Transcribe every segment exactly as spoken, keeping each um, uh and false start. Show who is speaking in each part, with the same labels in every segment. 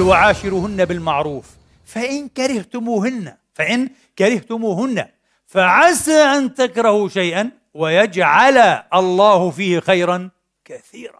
Speaker 1: وعاشروهن بالمعروف فإن كرهتموهن فإن كرهتموهن فعسى أن تكرهوا شيئا ويجعل الله فيه خيرا كثيرا.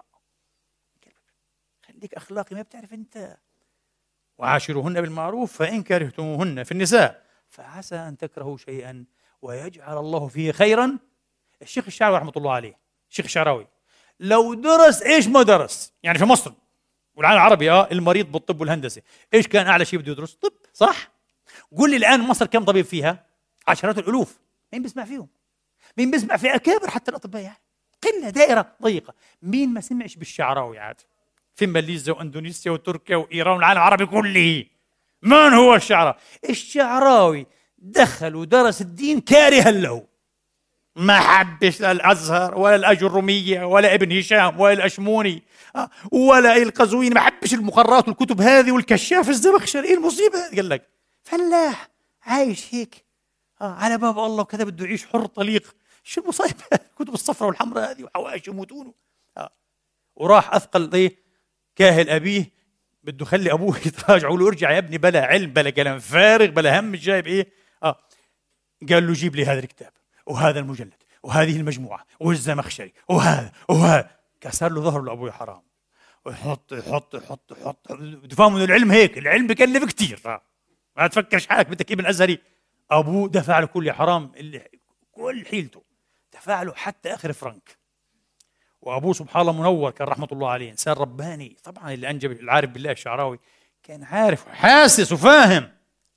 Speaker 1: خليك أخلاقي، ما بتعرف أنت. وعاشروهن بالمعروف فإن كرهتموهن في النساء فعسى أن تكرهوا شيئا ويجعل الله فيه خيرا. الشيخ الشعراوي رحمة الله عليه، الشيخ الشعراوي لو درس إيش ما درس، يعني في مصر والعالم العربي اه المريض بالطب والهندسة إيش كان أعلى شيء بده يدرس؟ طب، صح؟ قول لي الآن مصر كم طبيب فيها؟ عشرات الألوف. مين بيسمع فيهم؟ مين بيسمع في أكابر حتى الأطباء؟ يعني قلة، دائرة ضيقة. مين ما سمعش بالشعراوي عاد؟ في ماليزيا وأندونيسيا وتركيا وإيران والعالم العربي كله. من هو الشعراوي؟ الشعراوي دخل ودرس الدين كارها له، ما حبش لا الأزهر ولا الأجرومية ولا ابن هشام ولا الأشموني ولا القزويني، ما حبش المقررات والكتب هذه والكشاف الزمخشري. إيه المصيبة؟ قال لك فلاح عايش هيك آه على باب الله وكذا، بده يعيش حر طليق. شو المصيبة؟ الكتب الصفراء والحمراء هذه وحواشي يموتون. آه. وراح أثقل إيه كاهل أبيه، بده يخلي أبوه يتراجع وله ارجع يا ابني، بلا علم بلا كلام فارغ بلا هم، جايب إيه آه. قال له جيب لي هذا الكتاب وهذا المجلد وهذه المجموعة والزمخشري وهذا وهذا. كسر له ظهره لأبوه حرام. ويحط يحط يحط يحط تفهموا إنه العلم هيك، العلم بكلف كتير آه. ما تفكرش حالك بدك ابن أزهري. أبوه دفع له كل حرام اللي كل حيلته، دفع له حتى آخر فرنك. وأبوه سبحان الله منور كان رحمة الله عليه، إنسان رباني. طبعا اللي أنجب العارف بالله الشعراوي كان عارف وحاسس وفاهم.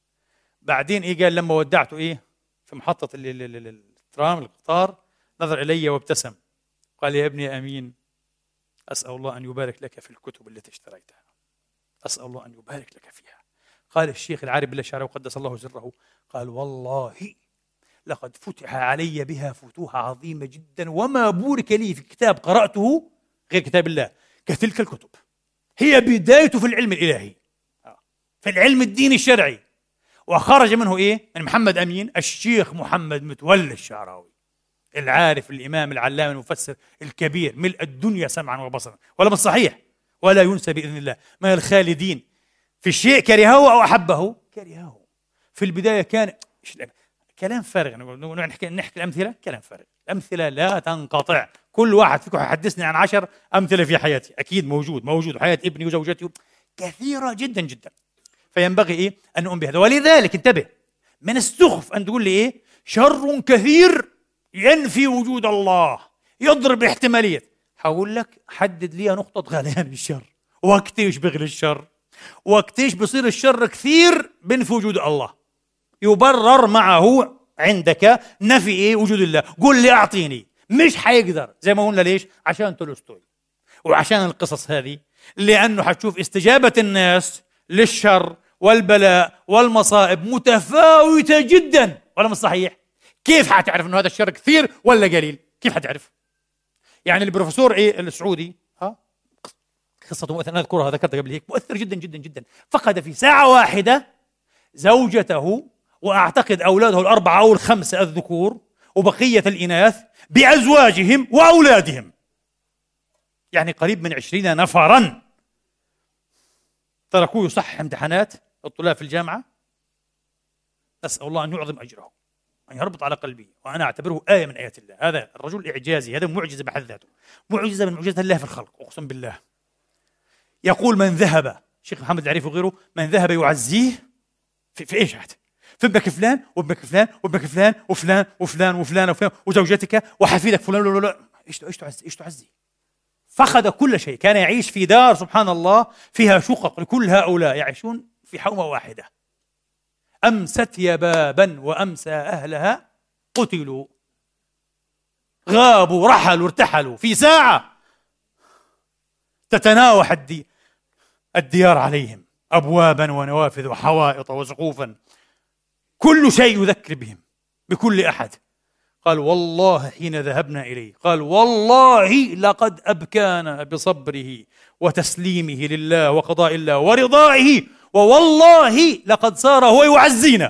Speaker 1: بعدين إيه قال لما ودعته إيه في محطة الترام القطار، نظر إلي وابتسم قال يا ابني أمين، أسأل الله أن يبارك لك في الكتب التي اشتريتها، أسأل الله أن يبارك لك فيها. قال الشيخ العارف بالله الشعراوي قدس الله سره، قال والله لقد فتح علي بها فتوح عظيمة جدا، وما بورك لي في كتاب قرأته غير كتاب الله كتلك الكتب. هي بدايته في العلم الإلهي، في العلم الديني الشرعي. وخرج منه إيه؟ من محمد أمين الشيخ محمد متولي الشعراوي، العارف الإمام العلامة المفسر الكبير، ملء الدنيا سمعا وبصرا. ولا مش صحيح؟ ولا ينسى بإذن الله من الخالدين في الشيء كرهه أو أحبه كرهه. في البداية كان كلام فارغ، نحكي نحكي الأمثلة كلام فارغ، الأمثلة لا تنقطع. كل واحد فيكم يحدثني عن عشر أمثلة في حياتي، أكيد موجود موجود وحياة ابني وزوجتي كثيرة جدا جدا. فينبغي إيه أن نؤمن بهذا. ولذلك انتبه، من السخف أن تقول لي إيه شر كثير ينفي وجود الله، يضرب احتمالية. هقول لك حدد لي نقطة غليان الشر، وقتيش بغلي الشر، وقتيش بصير الشر كثير بنفي وجود الله، يبرر معه عندك نفي إيه وجود الله. قل لي أعطيني، مش حيقدر زي ما قلنا. ليش؟ عشان تولستوي وعشان القصص هذه، لأنه حتشوف استجابة الناس للشر والبلاء والمصائب متفاوتة جدا. ولا مش صحيح؟ كيف حتعرف أنه هذا الشر كثير ولا قليل؟ كيف حتعرف؟ يعني البروفيسور إيه السعودي ها قصته مؤثرة، أنا أذكرها ذكرتها قبل هيك، مؤثر جدا جدا جدا. فقد في ساعة واحدة زوجته وأعتقد أولاده الأربعة أو الخمسة الذكور وبقية الإناث بأزواجهم وأولادهم، يعني قريب من عشرين نفرا تركوه يصحح امتحانات الطلاب في الجامعة. نسأل الله أن يعظم أجره، أن يربط على قلبي، وأنا أعتبره آية من آيات الله. هذا الرجل إعجازي، هذا معجزة بحد ذاته، معجزة من معجزات الله في الخلق، أقسم بالله. يقول من ذهب، شيخ محمد العريف وغيره، من ذهب يعزيه في, في إيش هذا؟ في ابنك فلان وابنك فلان وابنك فلان وفلان وفلان وفلان وفلان وزوجتك وحفيدك فلان. لا لا لا، إيش إيش تعزي إيش تعزي؟ فقد كل شيء. كان يعيش في دار سبحان الله فيها شقق لكل هؤلاء يعيشون في حومة واحدة. أمست يبابا وأمسى أهلها قتلوا، غابوا رحلوا ارتحلوا في ساعة تتناوح الدي الديار عليهم أبوابا ونوافذ وحوائط وسقوفا، كل شيء يذكر بهم بكل أحد. قال والله حين ذهبنا إليه، قال والله لقد أبكانا بصبره وتسليمه لله وقضاء الله ورضائه، ووالله لقد صار هو يعزينا.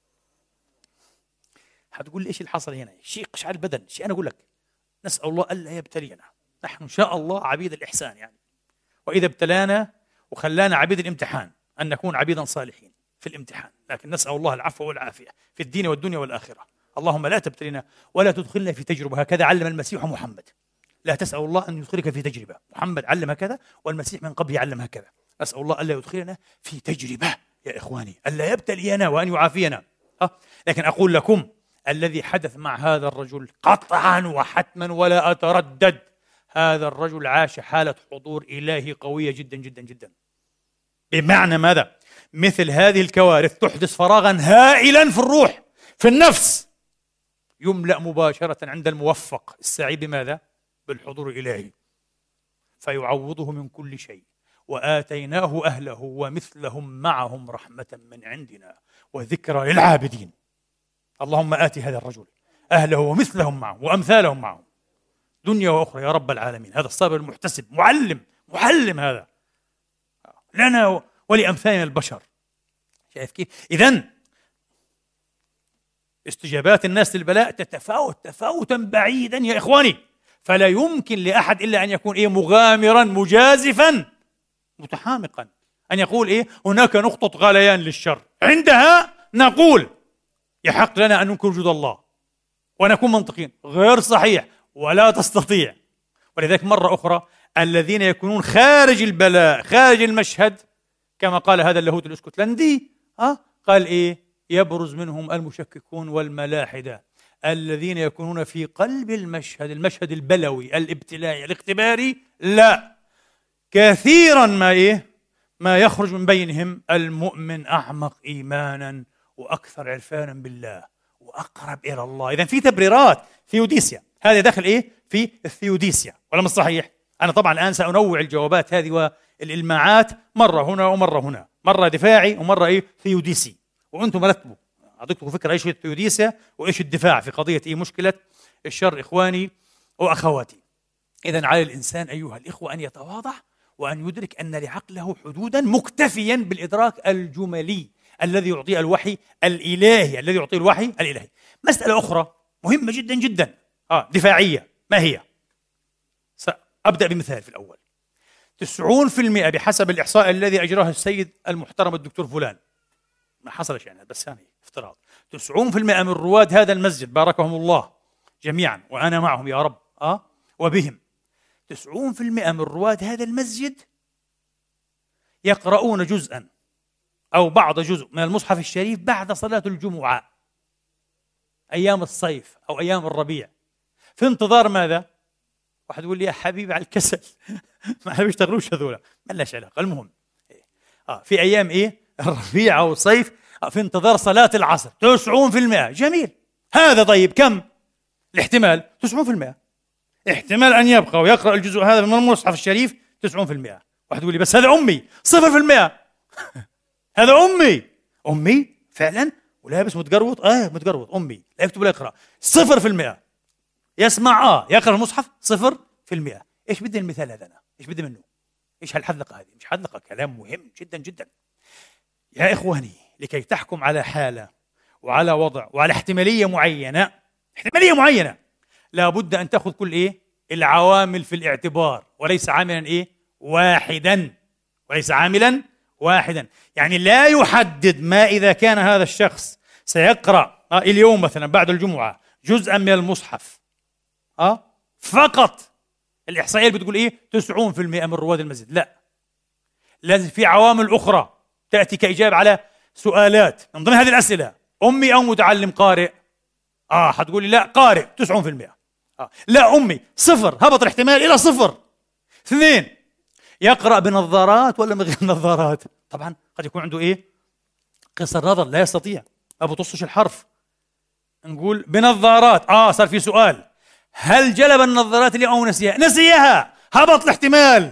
Speaker 1: هتقول لي إيش اللي حصل هنا؟ شيء قشعر البدن، شيء. أنا أقول لك نسأل الله ألا يبتلينا، نحن إن شاء الله عبيد الإحسان يعني، وإذا ابتلانا وخلانا عبيد الامتحان أن نكون عبيدا صالحين في الامتحان، لكن نسأل الله العفو والعافية في الدين والدنيا والآخرة. اللهم لا تبتلنا ولا تدخلنا في تجربة، هكذا علم المسيح محمد. لا تسأل الله أن يدخلك في تجربة، محمد علم هكذا والمسيح من قبل علم هكذا. أسأل الله ألا يدخلنا في تجربة يا إخواني، ألا يبتلينا وأن يعافينا. أه؟ لكن أقول لكم الذي حدث مع هذا الرجل قطعا وحتما ولا أتردد، هذا الرجل عاش حالة حضور إلهي قوية جدا جدا جدا. بمعنى ماذا؟ مثل هذه الكوارث تحدث فراغا هائلا في الروح، في النفس، يملأ مباشرة عند الموفق السعي بماذا؟ بالحضور الإلهي، فيعوضه من كل شيء. وآتيناه أهله ومثلهم معهم رحمة من عندنا وذكرى للعابدين. اللهم آت هذا الرجل أهله ومثلهم معهم وأمثالهم معهم دنيا وأخرى يا رب العالمين. هذا الصابر المحتسب معلم معلم هذا لنا ولأمثالنا البشر. شايف كيف؟ إذن استجابات الناس للبلاء تتفاوت تفاوتا بعيدا يا إخواني، فلا يمكن لأحد إلا أن يكون إيه مغامرا مجازفا متحامقا، أن يقول إيه هناك نقطة غليان للشر، عندها نقول يحق لنا أن ننكر وجود الله ونكون منطقيين. غير صحيح ولا تستطيع. ولذلك مرة أخرى الذين يكونون خارج البلاء خارج المشهد كما قال هذا اللاهوت الاسكتلندي، ها قال إيه؟ يبرز منهم المشككون والملاحدة. الذين يكونون في قلب المشهد، المشهد البلوي الابتلائي الاختباري، لا، كثيرا ما إيه؟ ما يخرج من بينهم المؤمن أعمق إيمانا وأكثر عرفانا بالله وأقرب إلى الله. إذن في تبريرات ثيوديسيا، هذا داخل إيه؟ في الثيوديسيا ولا مش صحيح؟ أنا طبعا الآن سأنوع الجوابات هذه والإلماعات، مرة هنا ومرة هنا، مرة دفاعي ومرة إيه؟ ثيوديسي، وأنتم رتبوا. أعطيكم فكرة إيش الثيوديسيا وإيش الدفاع في قضية إيه؟ مشكلة الشر إخواني وأخواتي. إذن على الإنسان أيها الإخوة أن يتواضع وأن يدرك أن لعقله حدودا، مكتفيا بالإدراك الجملي الذي يعطيه الوحي الإلهي، الذي يعطيه الوحي الإلهي. مسألة أخرى مهمة جدا جدا آه دفاعية، ما هي؟ سأبدأ بمثال في الأول. تسعون في المئة بحسب الإحصاء الذي أجراه السيد المحترم الدكتور فلان، ما حصلش يعني بس هذه افتراض، تسعون في المئة من رواد هذا المسجد باركهم الله جميعا وأنا معهم يا رب آه وبهم، تسعون في المئة من رواد هذا المسجد يقرؤون جزءا أو بعض جزء من المصحف الشريف بعد صلاة الجمعة أيام الصيف أو أيام الربيع، في انتظار ماذا؟ واحد يقول لي يا حبيبي على الكسل ما بيشتغلوش هذولا، ما لهاش علاقة. المهم آه في أيام إيه؟ الربيع أو الصيف آه في انتظار صلاة العصر تسعون في المئة. جميل، هذا طيب كم الاحتمال؟ تسعون في المئة احتمال أن يبقى ويقرأ الجزء هذا من المصحف الشريف تسعون في المئة. واحد يقول لي بس هذا أمي صفر في المئة هذا أمي أمي فعلا ولابس متقروط آه متقروط أمي لا يكتب ولا يقرأ صفر في المئة، يسمع آه يقرأ المصحف صفر في المئة. إيش بدي المثال هذا أنا؟ إيش بدي منه؟ إيش هالحذقة هذه؟ مش حذقة، كلام مهم جدا جدا يا إخواني. لكي تحكم على حالة وعلى وضع وعلى احتمالية معينة، احتمالية معينة لابد أن تأخذ كل إيه؟ العوامل في الاعتبار، وليس عاملا إيه؟ واحدا، وليس عاملا واحدا. يعني لا يحدد ما إذا كان هذا الشخص سيقرأ آه اليوم مثلا بعد الجمعة جزءا من المصحف آه فقط، الإحصائية بتقول إيه؟ تسعون في المئة من رواد المسجد. لا، لازم في عوامل أخرى تأتي كإجابة على سؤالات من ضمن هذه الأسئلة. أمي أو متعلم قارئ؟ آه حتقول لي لا قارئ تسعون في المئة. آه لا أمي صفر، هبط الاحتمال إلى صفر. اثنين، يقرأ بنظارات ولا من غير نظارات؟ طبعا قد يكون عنده إيه؟ قصر نظر لا يستطيع ما بتصش الحرف، نقول بنظارات. آه صار في سؤال، هل جلب النظارات اليوم أو نسيها؟ نسيها، هبط الاحتمال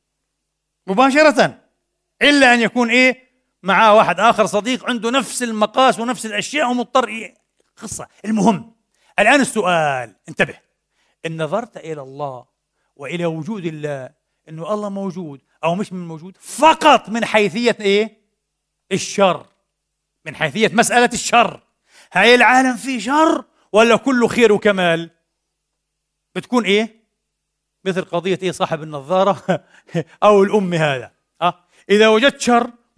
Speaker 1: مباشرة، إلا أن يكون إيه؟ معاه واحد آخر صديق عنده نفس المقاس ونفس الأشياء ومضطر إيه؟ قصة. المهم الآن السؤال، انتبه، إن نظرت إلى الله وإلى وجود الله، إنه الله موجود أو مش من موجود فقط من حيثية إيه؟ الشر، من حيثية مسألة الشر، هاي العالم فيه شر ولا كله خير وكمال؟ بتكون إيه؟ مثل قضية إيه؟ صاحب النظارة أو الأم هذا. أه؟ إذا وجدت شر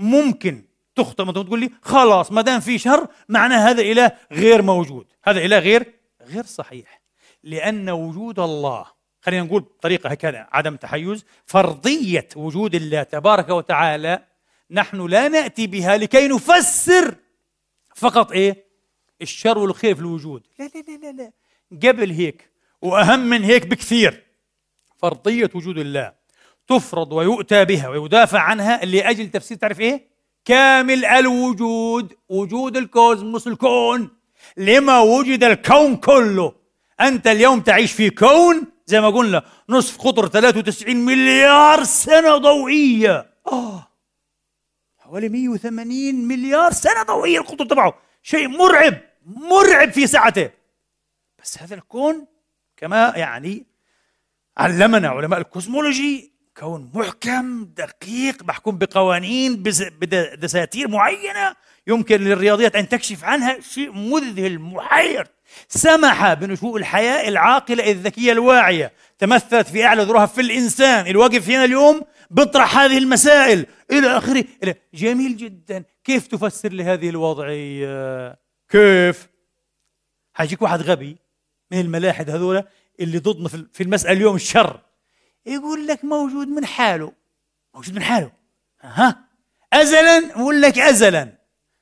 Speaker 1: ممكن تخطئ مثلا تقول لي خلاص ما دام في شر معناه هذا إله غير موجود، هذا إله غير غير صحيح، لأن وجود الله، خلينا نقول بطريقة هكذا عدم تحيز، فرضية وجود الله تبارك وتعالى نحن لا نأتي بها لكي نفسر فقط إيه؟ الشر والخير في الوجود، لا لا لا لا لا، قبل هيك وأهم من هيك بكثير. فرضية وجود الله تفرض ويؤتى بها ويدافع عنها لأجل تفسير، تعرف إيه؟ كامل الوجود، وجود الكوزموس، الكون. لما وجد الكون كله. أنت اليوم تعيش في كون زي ما قلنا نصف قطر ثلاثة وتسعين مليار سنة ضوئية، آه حوالي مئة وثمانين مليار سنة ضوئية القطر تبعه، شيء مرعب مرعب في سعته. بس هذا الكون كما يعني علمنا علماء الكوزمولوجي كون محكم دقيق محكوم بقوانين بدساتير معينة يمكن للرياضيات أن تكشف عنها، شيء مذهل محير. سمح بنشوء الحياة العاقلة الذكية الواعية، تمثلت في أعلى ذروها في الإنسان الواقف هنا اليوم بيطرح هذه المسائل إلى آخره. جميل جدا. كيف تفسر لهذه الوضعية؟ كيف؟ حيجيك واحد غبي من الملاحد هذولا اللي ضدنا في المسألة اليوم الشر، يقول لك موجود من حاله، موجود من حاله، ها أزلا، يقول لك أزلا،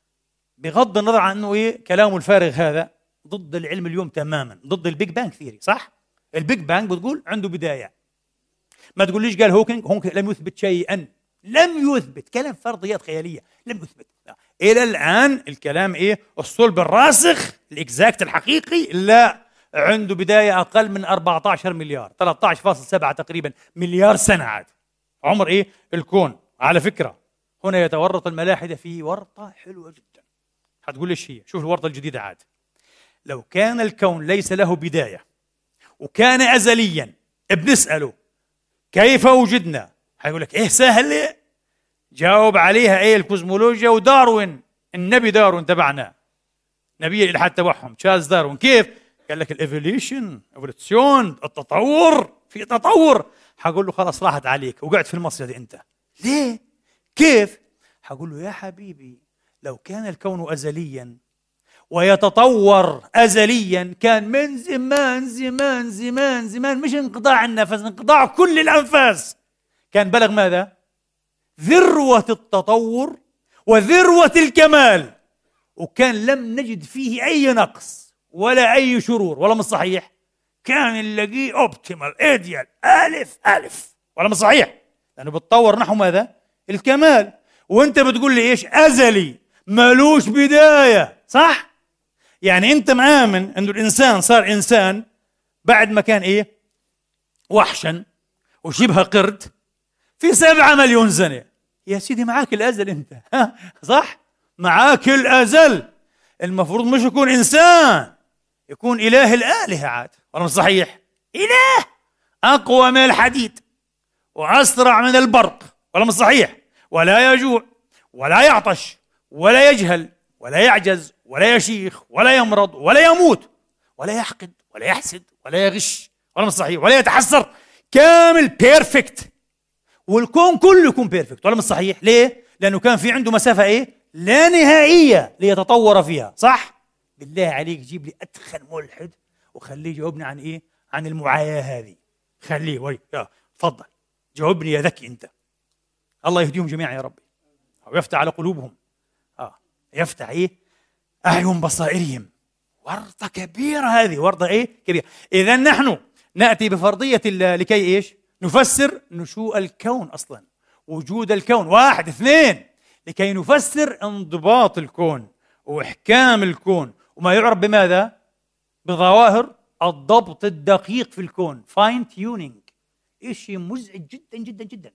Speaker 1: بغض النظر عن أنه إيه كلامه الفارغ هذا ضد العلم اليوم تماما، ضد البيج بانج ثيري. صح؟ البيج بانج بتقول عنده بداية. ما تقوليش قال هوكينج، هوكينج لم يثبت شيئا، لم يثبت، كلام فرضيات خيالية، لم يثبت إلى الآن. الكلام إيه؟ الصلب الراسخ الإكزاكت الحقيقي لا، عنده بداية أقل من أربعة عشر مليار، ثلاثة عشر فاصلة سبعة تقريبا مليار سنة عاد عمر إيه الكون. على فكرة هنا يتورط الملاحدة في ورطة حلوة جدا. هتقول ليش هي؟ شوف الورطة الجديدة عاد. لو كان الكون ليس له بداية وكان أزليا، بنسأله كيف وجدنا؟ هيقول لك إيه سهل، جاوب عليها إيه الكوزمولوجيا وداروين، النبي داروين تبعنا، نبي الإلحاد تبعهم تشارلز داروين. كيف؟ قال لك الإيفوليوشن، إيفوليوشن، التطور، في تطور. هقول له خلاص راحت عليك وقعد في المصيدة أنت. ليه؟ كيف؟ هقول له يا حبيبي لو كان الكون أزليا ويتطور أزليا كان من زمان زمان زمان زمان، مش انقطاع النفس، انقطاع كل الأنفاس، كان بلغ ماذا؟ ذروة التطور وذروة الكمال، وكان لم نجد فيه أي نقص ولا أي شرور، ولا مش صحيح؟ كان نلاقيه اوبتيمال ايديال ألف ألف، ولا مش صحيح؟ لأنه بتطور نحو ماذا؟ الكمال. وانت بتقول لي ايش؟ أزلي ملوش بداية، صح؟ يعني انت مآمن انه الإنسان صار إنسان بعد ما كان ايه؟ وحشا وشبه قرد في سبعة مليون سنة. يا سيدي معاك الأزل انت، ها صح؟ معاك الأزل. المفروض مش يكون إنسان، يكون إله الآلهة عاد، ولا مش صحيح؟ إله أقوى من الحديد وأسرع من البرق، ولا مش صحيح؟ ولا يجوع ولا يعطش ولا يجهل ولا يعجز ولا يشيخ ولا يمرض ولا يموت ولا يحقد ولا يحسد ولا يغش، ولا مش صحيح؟ ولا يتحسر، كامل بيرفكت. والكون كله يكون بيرفكت، ولا مش صحيح؟ ليه؟ لأنه كان في عنده مسافة إيه؟ لا نهائية ليتطور فيها، صح؟ بالله عليك جيب لي أدخن ملحد وخليه يجاوبني عن إيه؟ عن المعاياة هذه. خليه وي يا تفضل جاوبني يا ذكي أنت. الله يهديهم جميعا يا ربي، ويفتح على قلوبهم، آه يفتح إيه؟ أعين بصائرهم. ورطة كبيرة هذه، ورطة إيه؟ كبيرة. إذا نحن نأتي بفرضية الله لكي إيش؟ نفسر نشوء الكون أصلا، وجود الكون. واحد اثنين، لكي نفسر انضباط الكون وإحكام الكون، وما يعرف بماذا؟ بظواهر الضبط الدقيق في الكون، فاين تيونينج. إشي مزعج جدا جدا جدا.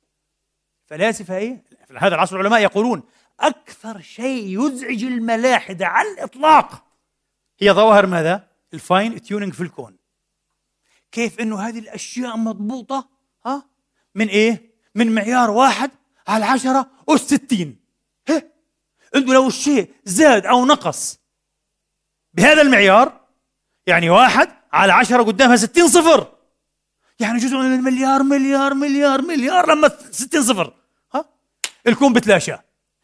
Speaker 1: فلاسفة إيه؟ في هذا العصر العلماء يقولون أكثر شيء يزعج الملاحدة على الإطلاق هي ظواهر ماذا؟ الفاين تيونينج في الكون. كيف إنه هذه الأشياء مضبوطة ها؟ من إيه؟ من معيار واحد على عشرة والستين. إنه لو الشيء زاد أو نقص بهذا المعيار، يعني واحد على عشرة قدامها ستين صفر، يعني جزء من المليار مليار مليار مليار لما ستين صفر، ها؟ الكون بتلاشى.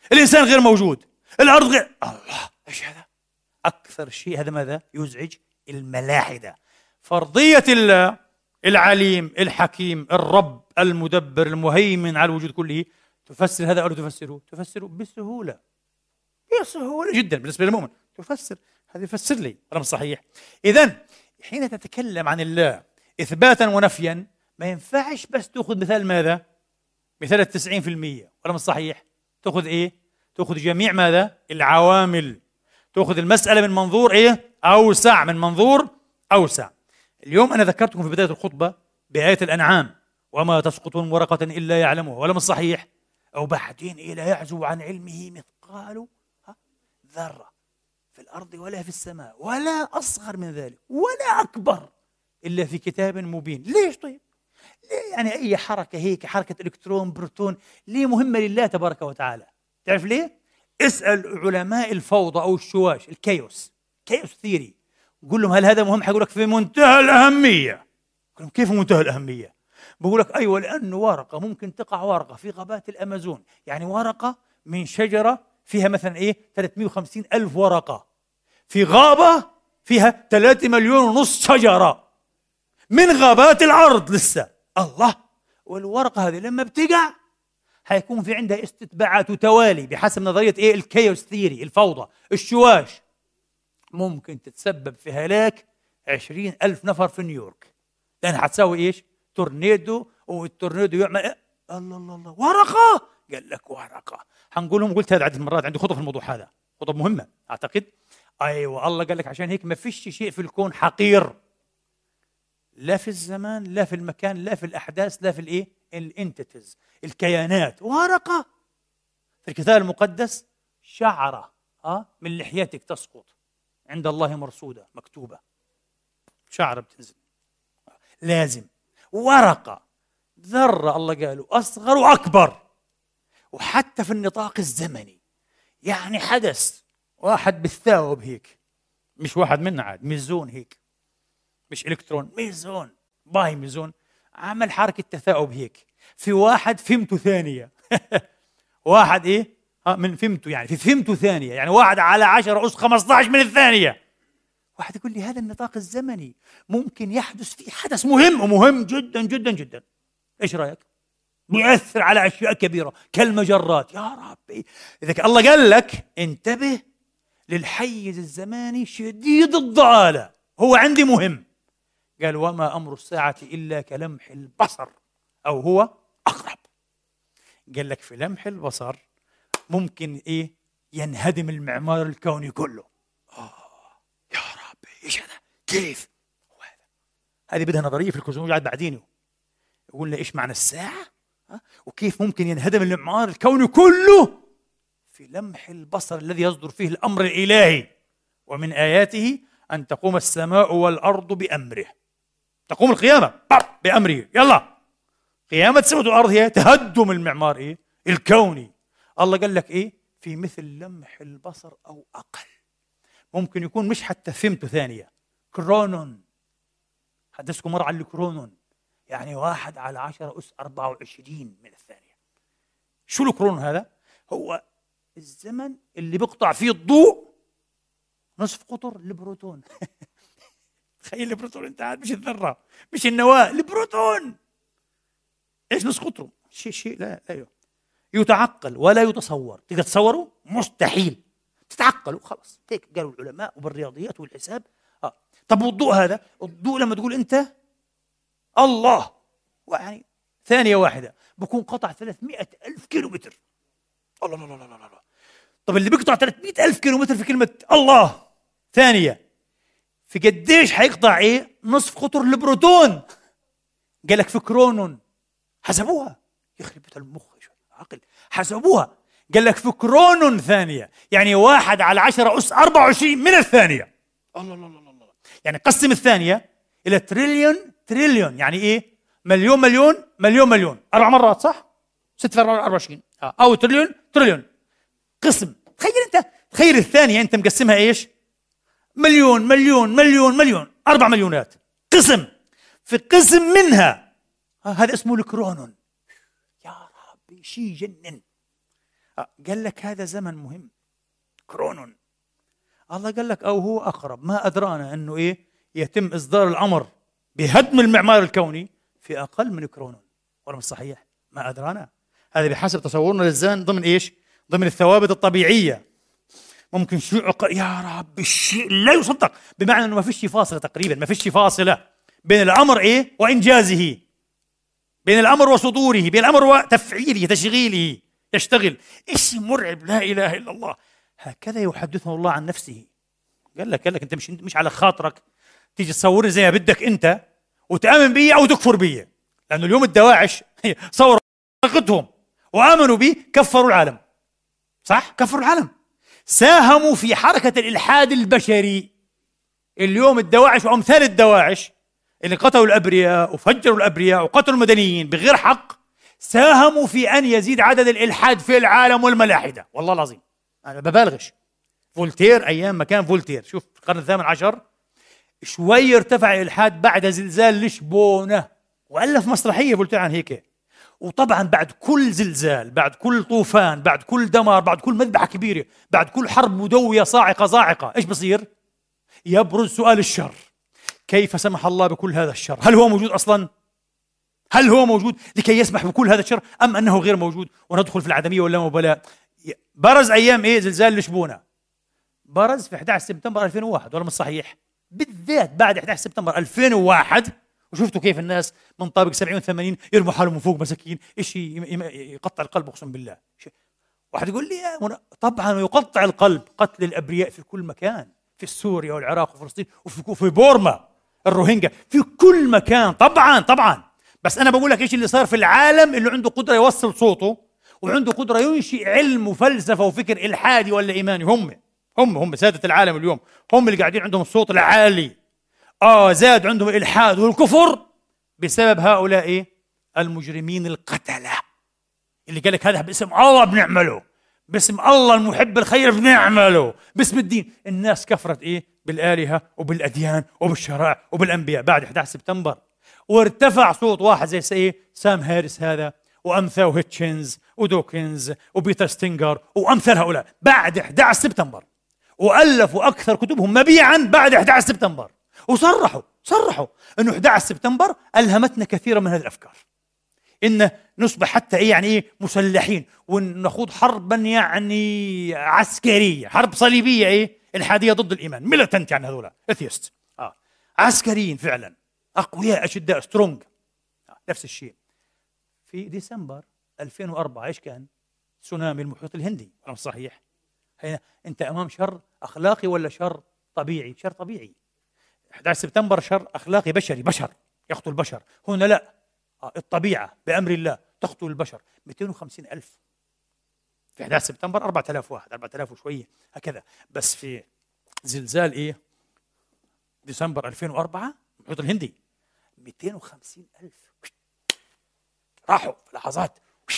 Speaker 1: الإنسان غير موجود، الأرض غير الله. إيش هذا؟ أكثر شيء هذا ماذا؟ يزعج الملاحدة. فرضية الله العليم الحكيم الرب المدبر المهيمن على الوجود كله تفسر هذا أو لا تفسره؟ تفسره بسهولة، بسهولة جدا بالنسبة للمؤمن. تفسر هذا، يفسر لي كلام صحيح. إذن حين تتكلم عن الله إثباتا ونفيا ما ينفعش بس تأخذ مثال ماذا؟ مثال التسعين في المية، ولا مش صحيح؟ تأخذ إيه؟ تأخذ جميع ماذا؟ العوامل. تأخذ المسألة من منظور إيه؟ أوسع، من منظور أوسع. اليوم أنا ذكرتكم في بداية الخطبة بآية الأنعام: وما تسقط من ورقة إلا يعلمها، ولا مش صحيح؟ أو بعدين إيه؟ لا يعزو عن علمه مثقال ذرة في الأرض ولا في السماء ولا أصغر من ذلك ولا أكبر إلا في كتاب مبين. ليش طيب؟ ليه يعني أي حركة هيك، حركة إلكترون بروتون، ليه مهمة لله تبارك وتعالى؟ تعرف ليه؟ اسأل علماء الفوضى أو الشواش، الكيوس، كيوس ثيري، قول لهم هل هذا مهم؟ حيقول لك في منتهى الأهمية. قول لهم كيف منتهى الأهمية؟ بقول لك أيوة، لأنه ورقة ممكن تقع ورقة في غابات الأمازون، يعني ورقة من شجرة فيها مثلا إيه ثلاثمئة وخمسين ألف ورقة، في غابة فيها ثلاثة مليون ونص شجرة من غابات الأرض لسه. الله، والورقة هذه لما بتقع هيكون في عندها استتباعات توالي بحسب نظرية إيه؟ الكيوس ثيري، الفوضى، الشواش. ممكن تتسبب في هلاك عشرين ألف نفر في نيويورك، لأنها حتساوي إيش؟ تورنيدو، والتورنيدو يعمل إيه؟ الله الله الله، ورقة. قال لك ورقة. حنقول لهم، قلت هذا عدة مرات، عندي خطب في الموضوع هذا، خطب مهمة أعتقد. أيوة، الله قال لك عشان هيك ما فيش شيء في الكون حقير، لا في الزمان لا في المكان لا في الأحداث لا في الإيه؟ الانتيتيز، الكيانات. ورقة في الكتاب المقدس شعرة أه من لحيتك تسقط عند الله مرصودة مكتوبة، شعرة بتنزل، لازم ورقة. ذرة الله قالوا أصغر وأكبر، وحتى في النطاق الزمني، يعني حدث واحد بالثاوب هيك، مش واحد منا عاد، ميزون هيك، مش إلكترون، ميزون، باي ميزون، عمل حركة تثاؤب هيك في واحد فهمته ثانية. واحد إيه؟ ها من فهمته، يعني في فهمته ثانية، يعني واحد على عشرة أس خمسة عشر من الثانية. واحد يقول لي هذا النطاق الزمني ممكن يحدث فيه حدث مهم ومهم جدا جدا جدا. إيش رأيك؟ بيأثر على أشياء كبيرة كالمجرات. يا ربي، إذا الله قال لك انتبه للحيز الزماني شديد الضآلة، هو عندي مهم. قال وما أمر الساعة إلا كلمح البصر أو هو أقرب. قال لك في لمح البصر ممكن إيه؟ ينهدم المعمار الكوني كله. آه يا ربي، إيش هذا؟ كيف؟ هو هذا. هذه بدها نظرية في الكوزمولوجيا بعدين يقول لنا إيش معنى الساعة؟ ها؟ وكيف ممكن ينهدم المعمار الكوني كله في لمح البصر الذي يصدر فيه الأمر الإلهي. ومن آياته أن تقوم السماء والأرض بأمره. تقوم القيامة بأمره، يلا قيامة السماء والأرض هي تهدم المعمار إيه؟ الكوني. الله قال لك إيه؟ في مثل لمح البصر أو أقل. ممكن يكون مش حتى فهمته ثانية، كرونون. حدثكم مرة عن الكرونون، يعني واحد على عشرة أس أربعة وعشرين من الثانية. شو الكرونون هذا؟ هو الزمن اللي بيقطع فيه الضوء نصف قطر البروتون. تخيل البروتون انت عاد، مش الذرة مش النواة، البروتون. ايش نصف قطره؟ شيء شيء لا لا يتعقل ولا يتصور. تقدر تصوره؟ مستحيل. تتعقلوا خلاص، هيك قالوا العلماء وبالرياضيات والحساب. اه طب والضوء هذا، الضوء لما تقول انت الله، يعني ثانية واحدة بكون قطع ثلاثمئة ألف كيلو متر. الله لا لا لا لا لا. طب اللي بيقطع ثلاثمئة ألف كيلو متر في كلمة الله ثانية، في قديش حيقطع ايه؟ نصف قطر البروتون. قال لك في كرونون، حسبوها، يخرب بيت المخ عقل، حسبوها. قال لك في كرونون ثانية، يعني واحد على عشرة أس أربعة وعشرين من الثانية. الله الله الله الله. يعني قسم الثانية إلى تريليون تريليون، يعني إيه؟ مليون مليون مليون مليون، أربع مرات صح؟ ستة في أربعة وعشرين، أو تريليون تريليون. قسم، تخيل أنت، تخيل الثانية أنت مقسمها إيش؟ مليون مليون مليون مليون، أربع مليونات. قسم في قسم منها، هذا اسمه الكرونون. يا ربي شيء جنن. آه، قال لك هذا زمن مهم، كرون. الله قال لك أو هو أقرب، ما أدرانا أنه إيه يتم إصدار الأمر بهدم المعمار الكوني في أقل من كرون، ولا مش صحيح؟ ما أدرانا. هذا بحسب تصورنا للزمن ضمن إيش؟ ضمن الثوابت الطبيعية. ممكن شيء عق... يا رب الشيء لا يصدق، بمعنى أنه ما فيش فاصلة تقريبا، ما فيش فاصلة بين الأمر إيه وإنجازه، بين الأمر وصدوره، بين الأمر وتفعيله تشغيله، يشتغل. إيش مرعب، لا إله إلا الله. هكذا يحدثه الله عن نفسه. قال لك قال لك أنت مش مش على خاطرك تيجي تصورني زي ما بدك أنت وتآمن بي أو تكفر بي، لأنه اليوم الدواعش صوروا طاقتهم وآمنوا بي، كفروا العالم. صح؟ كفروا العالم، ساهموا في حركة الإلحاد البشري. اليوم الدواعش وأمثال الدواعش اللي قتلوا الأبرياء وفجروا الأبرياء وقتلوا المدنيين بغير حق، ساهموا في أن يزيد عدد الإلحاد في العالم والملاحدة. والله العظيم أنا ببالغش. فولتير أيام ما كان فولتير، شوف في القرن الثامن عشر شوي ارتفع الإلحاد بعد زلزال لشبونة، وألف مسرحية فولتير عن هيك. وطبعا بعد كل زلزال، بعد كل طوفان، بعد كل دمار، بعد كل مذبحة كبيرة، بعد كل حرب مدوية صاعقة صاعقة، إيش بصير؟ يبرز سؤال الشر. كيف سمح الله بكل هذا الشر؟ هل هو موجود أصلا؟ هل هو موجود لكي يسمح بكل هذا الشر أم أنه غير موجود وندخل في العدمية واللامبالاة؟ برز أيام إيه زلزال لشبونة، برز في أحد عشر سبتمبر ألفين وواحد، ولا مش صحيح؟ بالذات بعد أحد عشر سبتمبر ألفين وواحد، وشفتوا كيف الناس من طابق سبعين وثمانين يرموا حالهم من فوق مساكين، شيء يقطع القلب أقسم بالله. واحد يقول لي يا منا... طبعا يقطع القلب قتل الأبرياء في كل مكان، في سوريا والعراق وفلسطين وفي في بورما، الروهينجا، في كل مكان. طبعا طبعا بس أنا بقول لك إيش اللي صار في العالم. اللي عنده قدرة يوصل صوته وعنده قدرة ينشئ علم وفلسفة وفكر إلحادي ولا إيماني، هم هم هم سادة العالم اليوم، هم اللي قاعدين عندهم الصوت العالي. آه زاد عندهم الإلحاد والكفر بسبب هؤلاء إيه؟ المجرمين القتلة، اللي قال لك هذا باسم الله بنعمله، باسم الله المحب الخير بنعمله، باسم الدين. الناس كفرت إيه؟ بالآلهة وبالأديان وبالشرائع وبالأنبياء بعد أحد عشر سبتمبر. وارتفع صوت واحد زي سي سام هاريس هذا وأمثال هيتشنز ودوكنز وبيتر ستينجر وأمثال هؤلاء بعد أحد عشر سبتمبر، وألفوا أكثر كتبهم مبيعا بعد أحد عشر سبتمبر، وصرحوا صرحوا أنه أحد عشر سبتمبر ألهمتنا كثيرا من هذه الأفكار، إن نصبح حتى إيه يعني إيه مسلحين ونخوض حربا يعني عسكرية، حرب صليبية إيه الحادية ضد الإيمان، ميليتنت يعني هذولا اثيست، آه عسكريين فعلا أقوياء أشداء سترونج. آه. نفس الشيء في ديسمبر ألفين وأربعة إيش كان؟ تسونامي المحيط الهندي، ولا صحيح؟ هنا أنت أمام شر أخلاقي ولا شر طبيعي؟ شر طبيعي. أحد عشر سبتمبر شر أخلاقي بشري، بشر يقتل البشر. هنا لا، آه. الطبيعة بأمر الله تقتل البشر. مئتين وخمسين ألف في أحد عشر سبتمبر، أربعة آلاف واحد، أربعة آلاف وشوية هكذا. بس في زلزال إيه ديسمبر ألفين وأربعة المحيط الهندي مئتين وخمسين ألف راحوا في لحظات.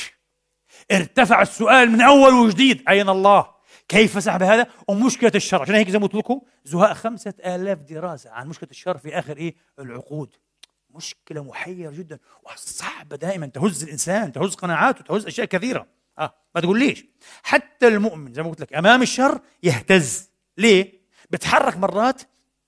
Speaker 1: ارتفع السؤال من أول وجديد، أين الله؟ كيف سحب هذا؟ ومشكلة الشر. عشان هيك زي ما قلت لكم زهاء خمسة آلاف دراسة عن مشكلة الشر في آخر إيه العقود. مشكلة محيرة جدا وصعبة، دائما تهز الإنسان، تهز قناعاته، تهز أشياء كثيرة. آه ما تقول ليش حتى المؤمن زي ما قلت لك أمام الشر يهتز. ليه؟ بتحرك مرات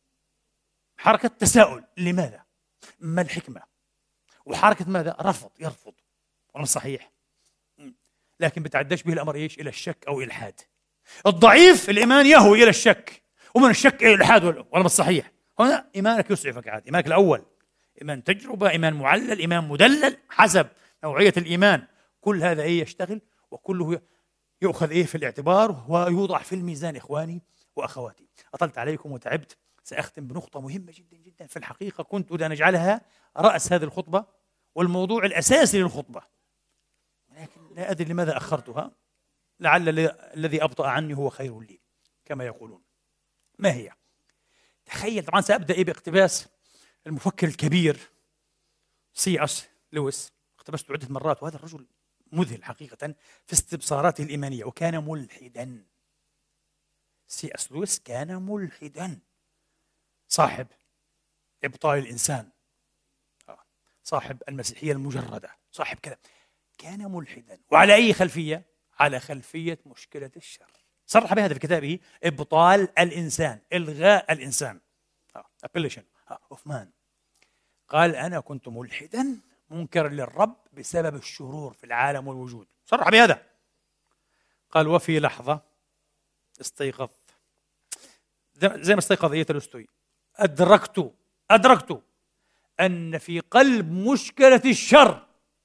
Speaker 1: حركة تساؤل، لماذا؟ ما الحكمة؟ وحركة ماذا؟ رفض، يرفض، ولا صحيح؟ لكن بتعداش به الأمر إيش؟ إلى الشك أو إلحاد. الضعيف الإيمان يهوي إلى الشك، ومن الشك إلى الإلحاد، ولا مش صحيح؟ هنا إيمانك يسعفك عاد، إيمانك الأول إيمان تجربة، إيمان معلل، إيمان مدلل، حسب نوعية الإيمان. كل هذا إيه يشتغل، وكله يؤخذ إيه في الاعتبار ويوضع في الميزان. إخواني وأخواتي، أطلت عليكم وتعبت. سأختم بنقطة مهمة جدا جدا، في الحقيقة كنت أريد أن أجعلها رأس هذه الخطبة والموضوع الأساسي للخطبة، لكن لا أدري لماذا أخرتها. لعل الذي أبطأ عني هو خير لي كما يقولون. ما هي؟ تخيل، طبعا سأبدأ إيه باقتباس المفكر الكبير سي اس لويس، اقتبسته عدة مرات، وهذا الرجل مذهل حقيقة في استبصاراته الإيمانية، وكان ملحدا. سي اس لويس كان ملحدا، صاحب إبطال الإنسان، صاحب المسيحية المجردة، صاحب كذا، كان ملحدا. وعلى أي خلفية؟ على خلفية مشكلة الشر. صرح بهذا في كتابه إبطال الإنسان، إلغاء الإنسان، abolition of man. قال أنا كنت ملحدا منكرا للرب بسبب الشرور في العالم والوجود. صرح بهذا. قال وفي لحظة استيقظت، زي ما استيقظ إيه تولستوي، أدركت أدركت أن في قلب مشكلة الشر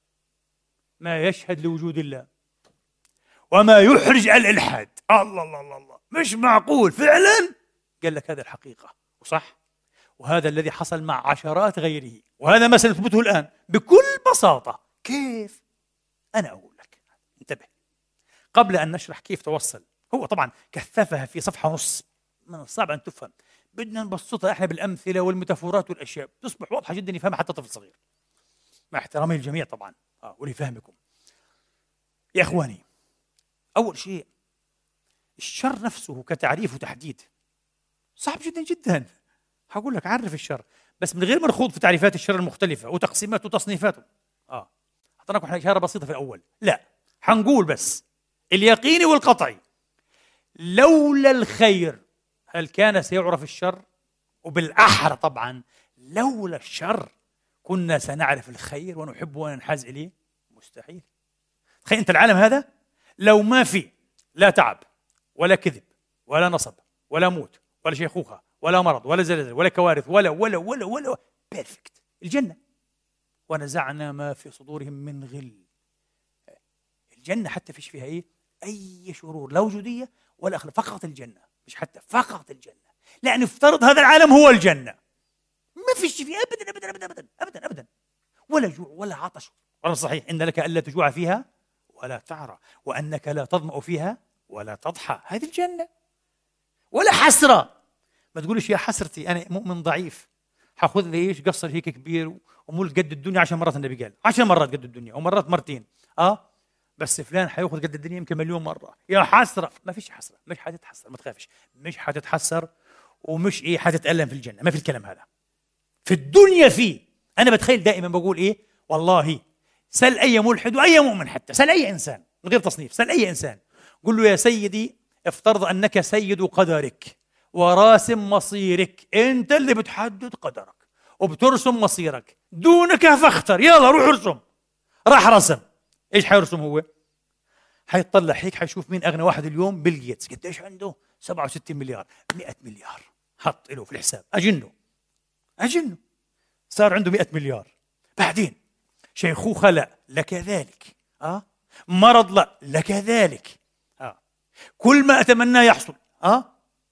Speaker 1: ما يشهد لوجود الله وما يحرج الإلحاد. الله الله الله الله، مش معقول فعلا. قال لك هذا الحقيقة وصح، وهذا الذي حصل مع عشرات غيره، وهذا ما سنثبته الآن بكل بساطة. كيف؟ أنا أقول لك، انتبه. قبل أن نشرح كيف توصل، هو طبعا كثفها في صفحة ونص، من الصعب أن تفهم. بدنا نبسطها إحنا بالأمثلة والميتافورات والأشياء تصبح واضحة جدا يفهمها حتى طفل صغير، مع احترامي للجميع طبعا آه ولفهمكم. يا إخواني، أول شيء الشر نفسه كتعريف وتحديد صعب جدا جدا. هقول لك عرف الشر، بس من غير ما نخوض في تعريفات الشر المختلفة وتقسيماته وتصنيفاته. آه أعطيناكم إشارة بسيطة في الأول. لا، حنقول بس اليقيني والقطعي. لولا الخير هل كان سيعرف الشر؟ وبالأحرى طبعا لولا الشر كنا سنعرف الخير ونحب وننحاز إليه؟ مستحيل. تخيل أنت العالم هذا لو ما في لا تعب ولا كذب ولا نصب ولا موت ولا شيخوخة ولا مرض ولا زلزال ولا كوارث ولا ولا ولا ولا بيرفكت، الجنة. ونزعنا ما في صدورهم من غل. الجنة حتى فيش فيها إيه؟ أي شرور لا وجودية ولا أخلاق، فقط الجنة، مش حتى فقط الجنة. لأن افترض هذا العالم هو الجنة، ما فيش فيه أبدا أبدا أبدا أبدا أبدا أبدا ولا جوع ولا عطش. ولا صحيح إن لك ألا تجوع فيها ولا تعرى، وأنك لا تظمأ فيها ولا تضحى. هذه الجنة. ولا حسرة. ما تقولش يا حسرتي أنا مؤمن ضعيف حاخذ لي إيش قصر هيك كبير ومول قد الدنيا. عشر مرات النبي قال عشر مرات قد الدنيا، ومرات مرتين آه بس فلان حياخذ قد الدنيا يمكن مليون مرة. يا حسرة. ما فيش حسرة، مش حتتحسر، ما تخافش، مش حتتحسر ومش إيه حتتألم في الجنة. ما في الكلام هذا في الدنيا. فيه أنا بتخيل دائما بقول إيه، والله سل أي ملحد وأي مؤمن، حتى سل أي إنسان من غير تصنيف، سل أي إنسان قل له يا سيدي افترض أنك سيد قدرك وراسم مصيرك، أنت اللي بتحدد قدرك وبترسم مصيرك، دونك فاختر، يلا روح ارسم. راح رسم، إيش حيرسم هو؟ حيطلع هيك حيشوف مين أغنى واحد اليوم، بيل جيتس، قديش عنده؟ سبعة وستين مليار، مئة مليار، حط له في الحساب، أجنه أجنه صار عنده مئة مليار. بعدين شيخوخة لا، لكذلك آه مرض لا، لكذلك آه كل ما أتمناه يحصل آه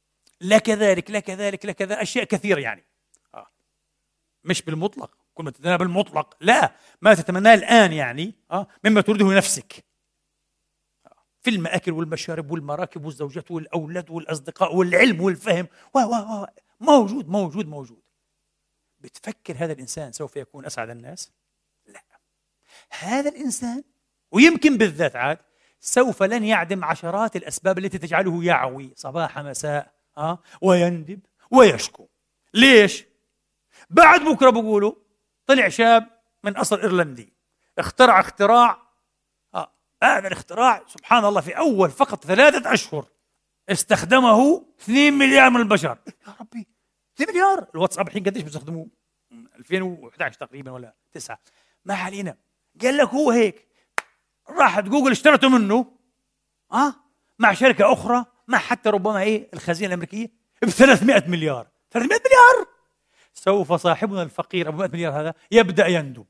Speaker 1: لكذلك لكذلك لكذا أشياء كثيرة يعني آه مش بالمطلق، كل ما تتمناه بالمطلق لا، ما تتمناه الآن يعني آه مما تريده نفسك آه. في المآكل والمشارب والمراكب والزوجات والأولاد والأصدقاء والعلم والفهم و و و موجود موجود موجود. بتفكر هذا الإنسان سوف يكون أسعد الناس؟ لا. هذا الإنسان ويمكن بالذات عاد سوف لن يعدم عشرات الأسباب التي تجعله يعوي صباح مساء أه؟ ويندب ويشكو. ليش؟ بعد بكرة بقولوا طلع شاب من أصل إيرلندي اخترع اختراع آه. هذا الاختراع سبحان الله في أول فقط ثلاثة أشهر استخدمه اثنين مليار من البشر. يا ربي اثنين مليار. الواتساب الحين قديش بيستخدموه؟ ألفين وإحدى عشر تقريبا ولا تسعة، ما علينا. قال لك هو هيك، راحت جوجل اشترته منه اه مع شركه اخرى مع حتى ربما ايه الخزينه الامريكيه ب ثلاثمئة مليار. ثلاثمئة مليار. سوف صاحبنا الفقير ابو مئة مليار هذا يبدا يندب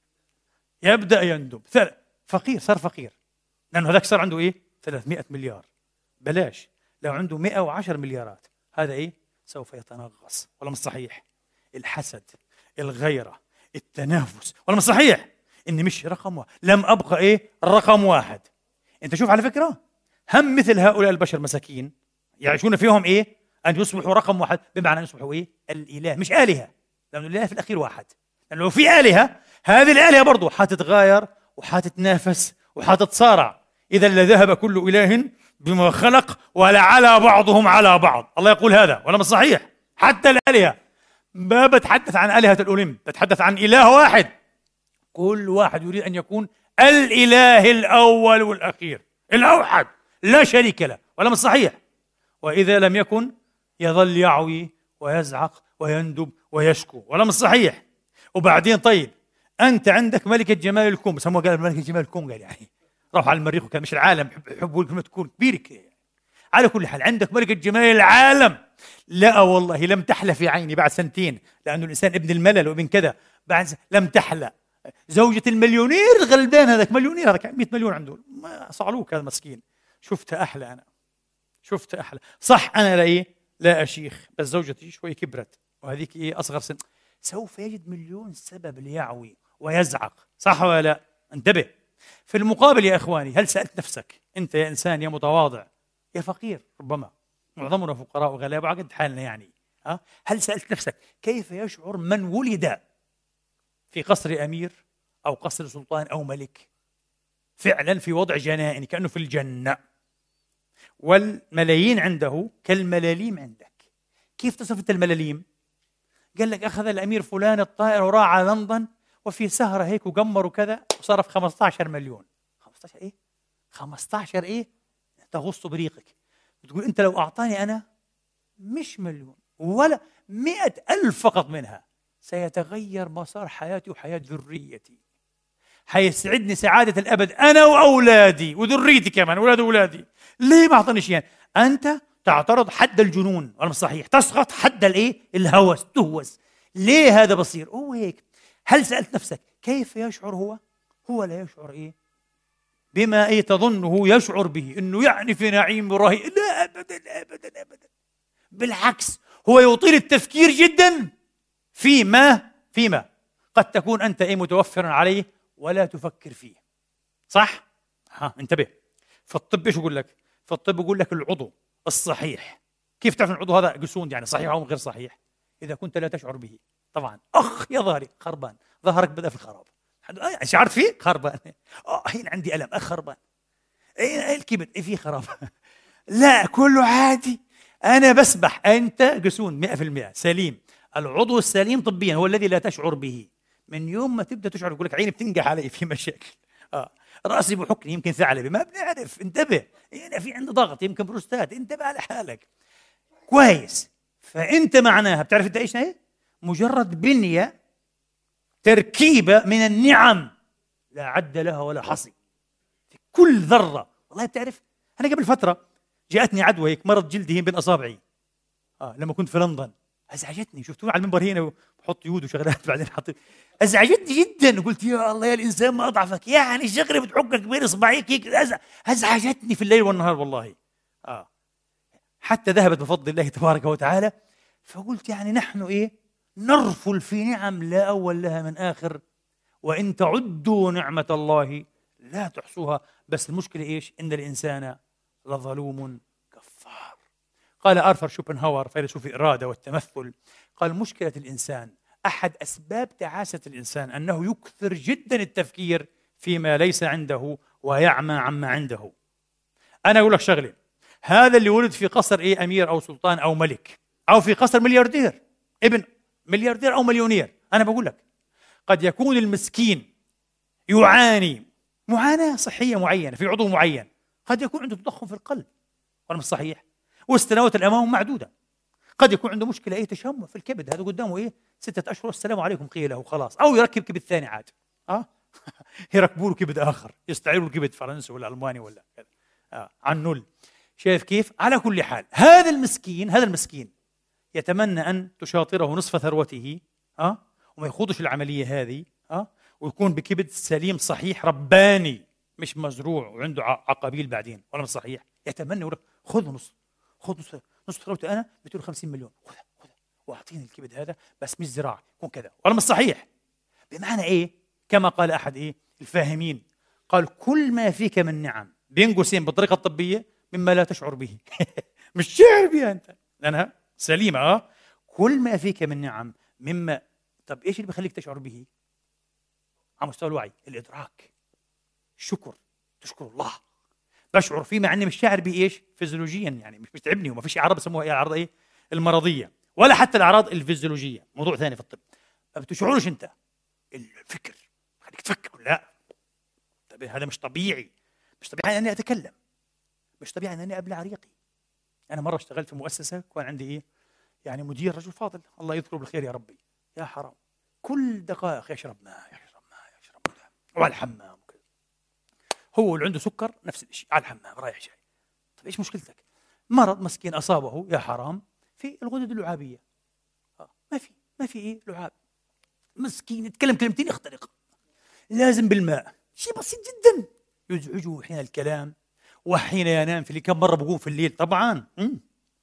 Speaker 1: يبدا يندب فقير، صار فقير لانه هذاك صار عنده ايه ثلاثمئة مليار. بلاش لو عنده مئة وعشرة مليارات هذا ايه سوف يتنغص. ولا مش صحيح؟ الحسد، الغيره، التنافس. ولا مش صحيح؟ إني مش رقم واحد، لم أبقى إيه رقم واحد. أنت شوف على فكرة هم مثل هؤلاء البشر مساكين يعيشون فيهم إيه أن يصبحوا رقم واحد، بمعنى أن يصبحوا إيه الإله، مش آلهة، لأن الإله في الأخير واحد. لأن لو في آلهة هذه الآلهة برضو حتتغاير وحتتنافس وحتتصارع. إذا لذهب كل إله بما خلق ولعلى بعضهم على بعض. الله يقول هذا. ولا مش صحيح؟ حتى الآلهة ما بتحدث عن آلهة الأوليمب، بتحدث عن إله واحد. كل واحد يريد أن يكون الإله الأول والأخير. الأوحد لا شريك له، ولا مش صحيح؟ وإذا لم يكن يظل يعوي ويزعق ويندب ويشكو، ولا مش صحيح؟ وبعدين طيب أنت عندك ملكة جمال الكون، بس هم قال ملكة جمال الكون، قال يعني راحوا على المريخ وكان مش العالم، يحبوا الكلمة تكون كبيرة كده. على كل حال عندك ملكة جمال العالم، لا والله لم تحلى في عيني بعد سنتين، لأنه الإنسان ابن الملل وابن كذا، بعد س... لم تحلى. زوجة المليونير الغلبان هذاك، مليونير هذاك مئة مليون عنده، ما صعلوك هذا مسكين، شفتها أحلى أنا، شفتها أحلى. صح أنا لا إيه لا أشيخ، بس زوجتي شوي كبرت وهذيك إيه أصغر سن، سوف يجد مليون سبب ليعوي ويزعق، صح ولا لا؟ انتبه. في المقابل يا إخواني، هل سألت نفسك أنت يا إنسان يا متواضع يا فقير، ربما معظمنا فقراء وغلابة على قد حالنا يعني، ها؟ هل سألت نفسك كيف يشعر من ولد في قصر أمير أو قصر سلطان أو ملك، فعلا في وضع جنائي كأنه في الجنة، والملايين عنده كالملاليم عندك؟ كيف تصفت الملاليم؟ قال لك أخذ الأمير فلان الطائرة وراح على لندن وفي سهرة هيك وقمر وكذا وصرف خمسة عشر مليون. خمسة عشر إيه؟ خمسة عشر إيه؟ تغص بريقك، بتقول أنت لو أعطاني أنا مش مليون ولا مئة ألف فقط منها سيتغير مسار حياتي وحياة ذريتي، حيسعدني سعادة الأبد أنا وأولادي وذريتي كمان أولاد أولادي. ليه ما أعطاني شيئا؟ أنت تعترض حد الجنون، ولا مش صحيح؟ تسقط حد الإيه؟ الهوس، تهوس. ليه هذا بصير؟ هو هيك. هل سألت نفسك كيف يشعر هو؟ هو لا يشعر إيه؟ بما إيه تظنه يشعر به، إنه يعني في نعيم رهيب. لا أبدا أبدا أبدا، بالعكس هو يطيل التفكير جدا فيما فيما قد تكون أنت إيه متوفرا عليه ولا تفكر فيه. صح؟ ها انتبه. في الطب إيش يقول لك؟ في الطب يقول لك العضو الصحيح، كيف تعرف العضو هذا جسوم يعني صحيح أو غير صحيح؟ إذا كنت لا تشعر به. طبعا أخ يا ظهري خربان، ظهرك بدأ في الخراب، شعرت فيه خربان، آه هين عندي ألم، أخ خربان، إيه الكبد إيه فيه خراب. لا كله عادي، أنا بسبح، أنت جسون مئة في المئة سليم. العضو السليم طبيا هو الذي لا تشعر به. من يوم ما تبدأ تشعر يقول لك عيني بتنقح علي في مشاكل، آه رأسي بحكني يمكن ثعلبي، ما بنعرف، انتبه، يعني في عنده ضغط يمكن بروستات، انتبه على حالك كويس. فأنت معناها بتعرف أنت إيش هي؟ مجرد بنية، تركيبة من النعم لا عد لها ولا حصي في كل ذرة. والله بتعرف أنا قبل فترة جاءتني عدوى هيك، مرض جلدي بين أصابعي، آه لما كنت في لندن، أزعجتني، شفتوه على المنبر هنا بحط يود وشغلات بعدين حط، أزعجتني جدا. قلت يا الله يا الإنسان ما أضعفك، يعني شغلة بتحكك بين إصبعيك هيك، أزعجتني في الليل والنهار والله. آه حتى ذهبت بفضل الله تبارك وتعالى. فقلت يعني نحن إيه نرفل في نعم لا أول لها من آخر، وإن تعدوا نعمة الله لا تحصوها. بس المشكلة إيش؟ إن الإنسان لظلوم كفار. قال آرثر شوبنهاور فيلسوف الإرادة والتمثل، قال مشكلة الإنسان، أحد أسباب تعاسة الإنسان أنه يكثر جدا التفكير فيما ليس عنده ويعمى عما عنده. أنا أقول لك شغلة، هذا اللي ولد في قصر إيه أمير أو سلطان أو ملك، أو في قصر ملياردير، ابن ملياردير أو مليونير، أنا بقول لك قد يكون المسكين يعاني معاناة صحية معينة في عضو معين، قد يكون عنده تضخم في القلب، ولا مش صحيح؟ والسنوات الأمام معدودة. قد يكون عنده مشكلة إيه تشمع في الكبد، هذا قدامه إيه ستة أشهر السلام عليكم قيل له خلاص، أو يركب كبد ثاني عاد، أه يركبوا له كبد آخر، يستعيروا الكبد فرنسي ولا ألماني ولا آه عن نول. شايف كيف؟ على كل حال هذا المسكين هذا المسكين يتمنى أن تشاطره نصف ثروته، أه وما يخوضش العملية هذه، أه ويكون بكبد سليم صحيح رباني مش مزروع وعنده عقابيل بعدين، ولا مش صحيح؟ يتمنى يقول لك خذ نص، خذ نص نصف ثروتي أنا مئتين وخمسين مليون، خذها خذها واعطيني الكبد هذا بس مش زراعة، يكون كذا، ولا مش صحيح؟ بمعنى إيه؟ كما قال أحد إيه الفاهمين، قال كل ما فيك من نعم بين قوسين بالطريقة الطبية مما لا تشعر به. مش شعر بها أنت لأنها سليمة، أه كل ما فيك من نعم مما، طب إيش اللي بيخليك تشعر به؟ على مستوى الوعي، الإدراك، الشكر، تشكر الله، بشعر فيه مع أني مش شاعر به. إيش؟ فيزيولوجيا، يعني مش بتعبني، وما فيش أعراض بسموها إيه الأعراض إيه المرضية، ولا حتى الأعراض الفيزيولوجية، موضوع ثاني في الطب. ما بتشعرش أنت الفكر خليك تفكر، لا طب هذا مش طبيعي، مش طبيعي أني أتكلم، مش طبيعي انني ابلع ريقي. انا مره اشتغلت في مؤسسه، كان عندي ايه يعني مدير رجل فاضل الله يذكره بالخير يا ربي، يا حرام كل دقائق يشرب ماء يشرب ماء يشرب ماء وعلى الحمام وكذا. هو اللي عنده سكر نفس الشيء على الحمام رايح جاي. طيب ايش مشكلتك؟ مرض مسكين اصابه يا حرام في الغدد اللعابيه. آه. ما في ما في ايه لعاب، مسكين يتكلم كلمتين يخترق، لازم بالماء. شيء بسيط جدا يزعجه حين الكلام وحين ينام. في اللي كم مره بقوم في الليل طبعا مم.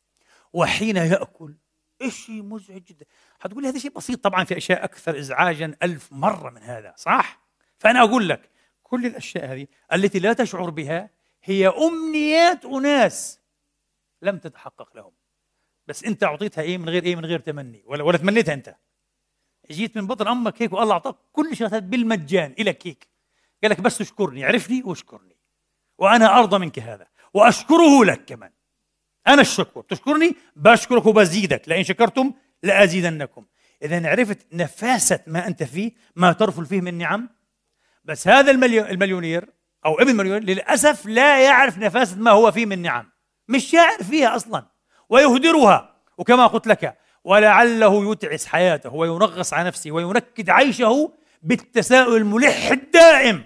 Speaker 1: وحين ياكل شيء مزعج جدا. حتقول لي هذا شيء بسيط، طبعا في اشياء اكثر ازعاجا ألف مره من هذا، صح؟ فانا اقول لك كل الاشياء هذه التي لا تشعر بها هي امنيات اناس لم تتحقق لهم، بس انت اعطيتها ايه من غير ايه من غير تمني، ولا ولا تمنيتها انت. جيت من بطن امك هيك والله اعطاك كل شيء بالمجان الك هيك، قال لك بس اشكرني، عرفني واشكرني وانا ارضى منك هذا واشكره لك كمان. انا الشكر، تشكرني بشكرك وبزيدك، لئن شكرتم لازيدنكم. اذا عرفت نفاسه ما انت فيه، ما ترفل فيه من نعم. بس هذا المليون المليونير او ابن المليونير للاسف لا يعرف نفاسه ما هو فيه من نعم، مش شاعر فيها اصلا ويهدرها. وكما قلت لك ولعله يتعس حياته وينغص على نفسه وينكد عيشه بالتساؤل الملح الدائم: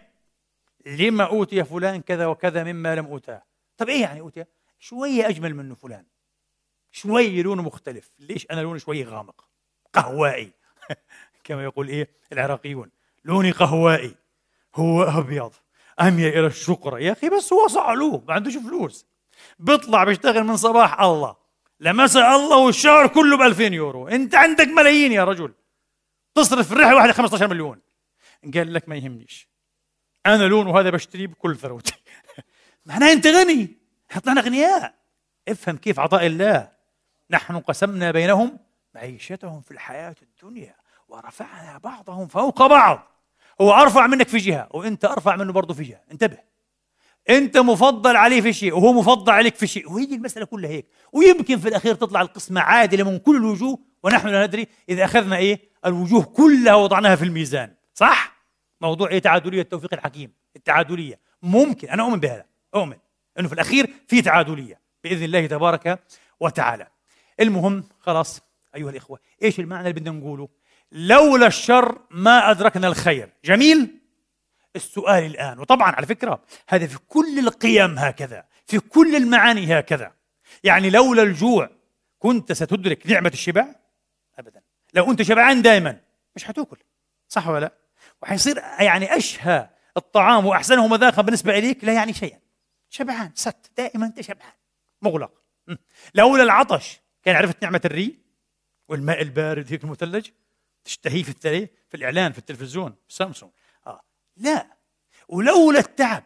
Speaker 1: لما أوتي فلان كذا وكذا مما لم أوتاه؟ طب إيه يعني أوتي؟ شوية أجمل منه فلان، شوية لونه مختلف، ليش أنا لوني شوية غامق قهوائي كما يقول إيه العراقيون، لوني قهوائي، هو أبيض أميل إلى الشقرة. يا أخي بس هو صعلوه ما عندوش فلوس، بيطلع بيشتغل من صباح الله لمساء الله والشهر كله بألفين يورو. أنت عندك ملايين يا رجل، تصرف في الرحلة واحدة خمسة عشر مليون. قال لك ما يهمنيش، أنا لون وهذا بشتريه بكل ثروتي معناه أنت غني، احنا أغنياء. افهم كيف عطاء الله. نحن قسمنا بينهم معيشتهم في الحياة الدنيا ورفعنا بعضهم فوق بعض. هو أرفع منك في جهة وأنت أرفع منه برضه في جهة، انتبه. أنت مفضل عليه في شيء وهو مفضل عليك في شيء، وهي المسألة كلها هيك. ويمكن في الأخير تطلع القسمة عادلة من كل الوجوه، ونحن لا ندري إذا أخذنا إيه الوجوه كلها ووضعناها في الميزان، صح؟ موضوع إيه؟ تعادلية التوفيق الحكيم، التعادلية ممكن، أنا أؤمن بهذا، أؤمن أنه في الأخير في تعادلية بإذن الله تبارك وتعالى. المهم خلاص أيها الإخوة، إيش المعنى اللي بدنا نقوله؟ لولا الشر ما أدركنا الخير. جميل؟ السؤال الآن، وطبعا على فكرة هذا في كل القيم هكذا، في كل المعاني هكذا. يعني لولا الجوع كنت ستدرك نعمة الشبع؟ أبدا. لو أنت شبعان دائما مش حتأكل، صح ولا لا؟ وحيصير يعني أشهى الطعام وأحسنه مذاقا بالنسبة إليك لا يعني شيئا. شبعان ست دائما أنت شبعان مغلق. م. لولا العطش كان عرفت نعمة الري والماء البارد هيك المثلج تشتهيه في التلي في الإعلان في التلفزيون سامسونج. آه. لا، ولولا التعب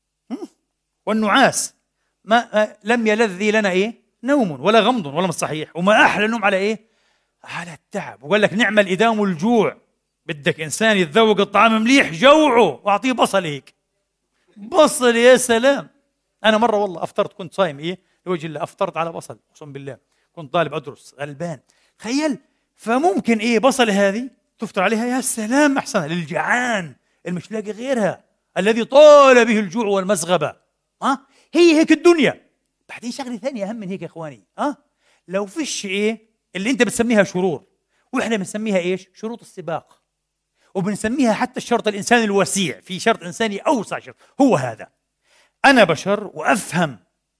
Speaker 1: والنعاس ما آه لم يلذ لنا إيه نوم ولا غمض ولا مش صحيح. وما أحلى النوم على إيه؟ على التعب. وقال لك نعم الإدام والجوع. بدك إنسان يتذوق الطعام مليح جوعه وأعطيه بصل هيك، بصل يا سلام. أنا مرة والله أفطرت، كنت صايم إيه لوجه الله، أفطرت على بصل قسم بالله، كنت طالب أدرس غلبان تخيل. فممكن إيه بصل هذه تفطر عليها يا سلام أحسن للجعان المش لاقي غيرها، الذي طال به الجوع والمزغبة. ها أه؟ هي هيك الدنيا. بعدين شغلة ثانية أهم من هيك يا إخواني، ها أه؟ لو فيش إيه اللي أنت بتسميها شرور وإحنا بنسميها إيش؟ شروط السباق. وبنسميها حتى الشرط الإنساني الوسيع، في شرط إنساني أوسع شرط هو هذا: أنا بشر وأفهم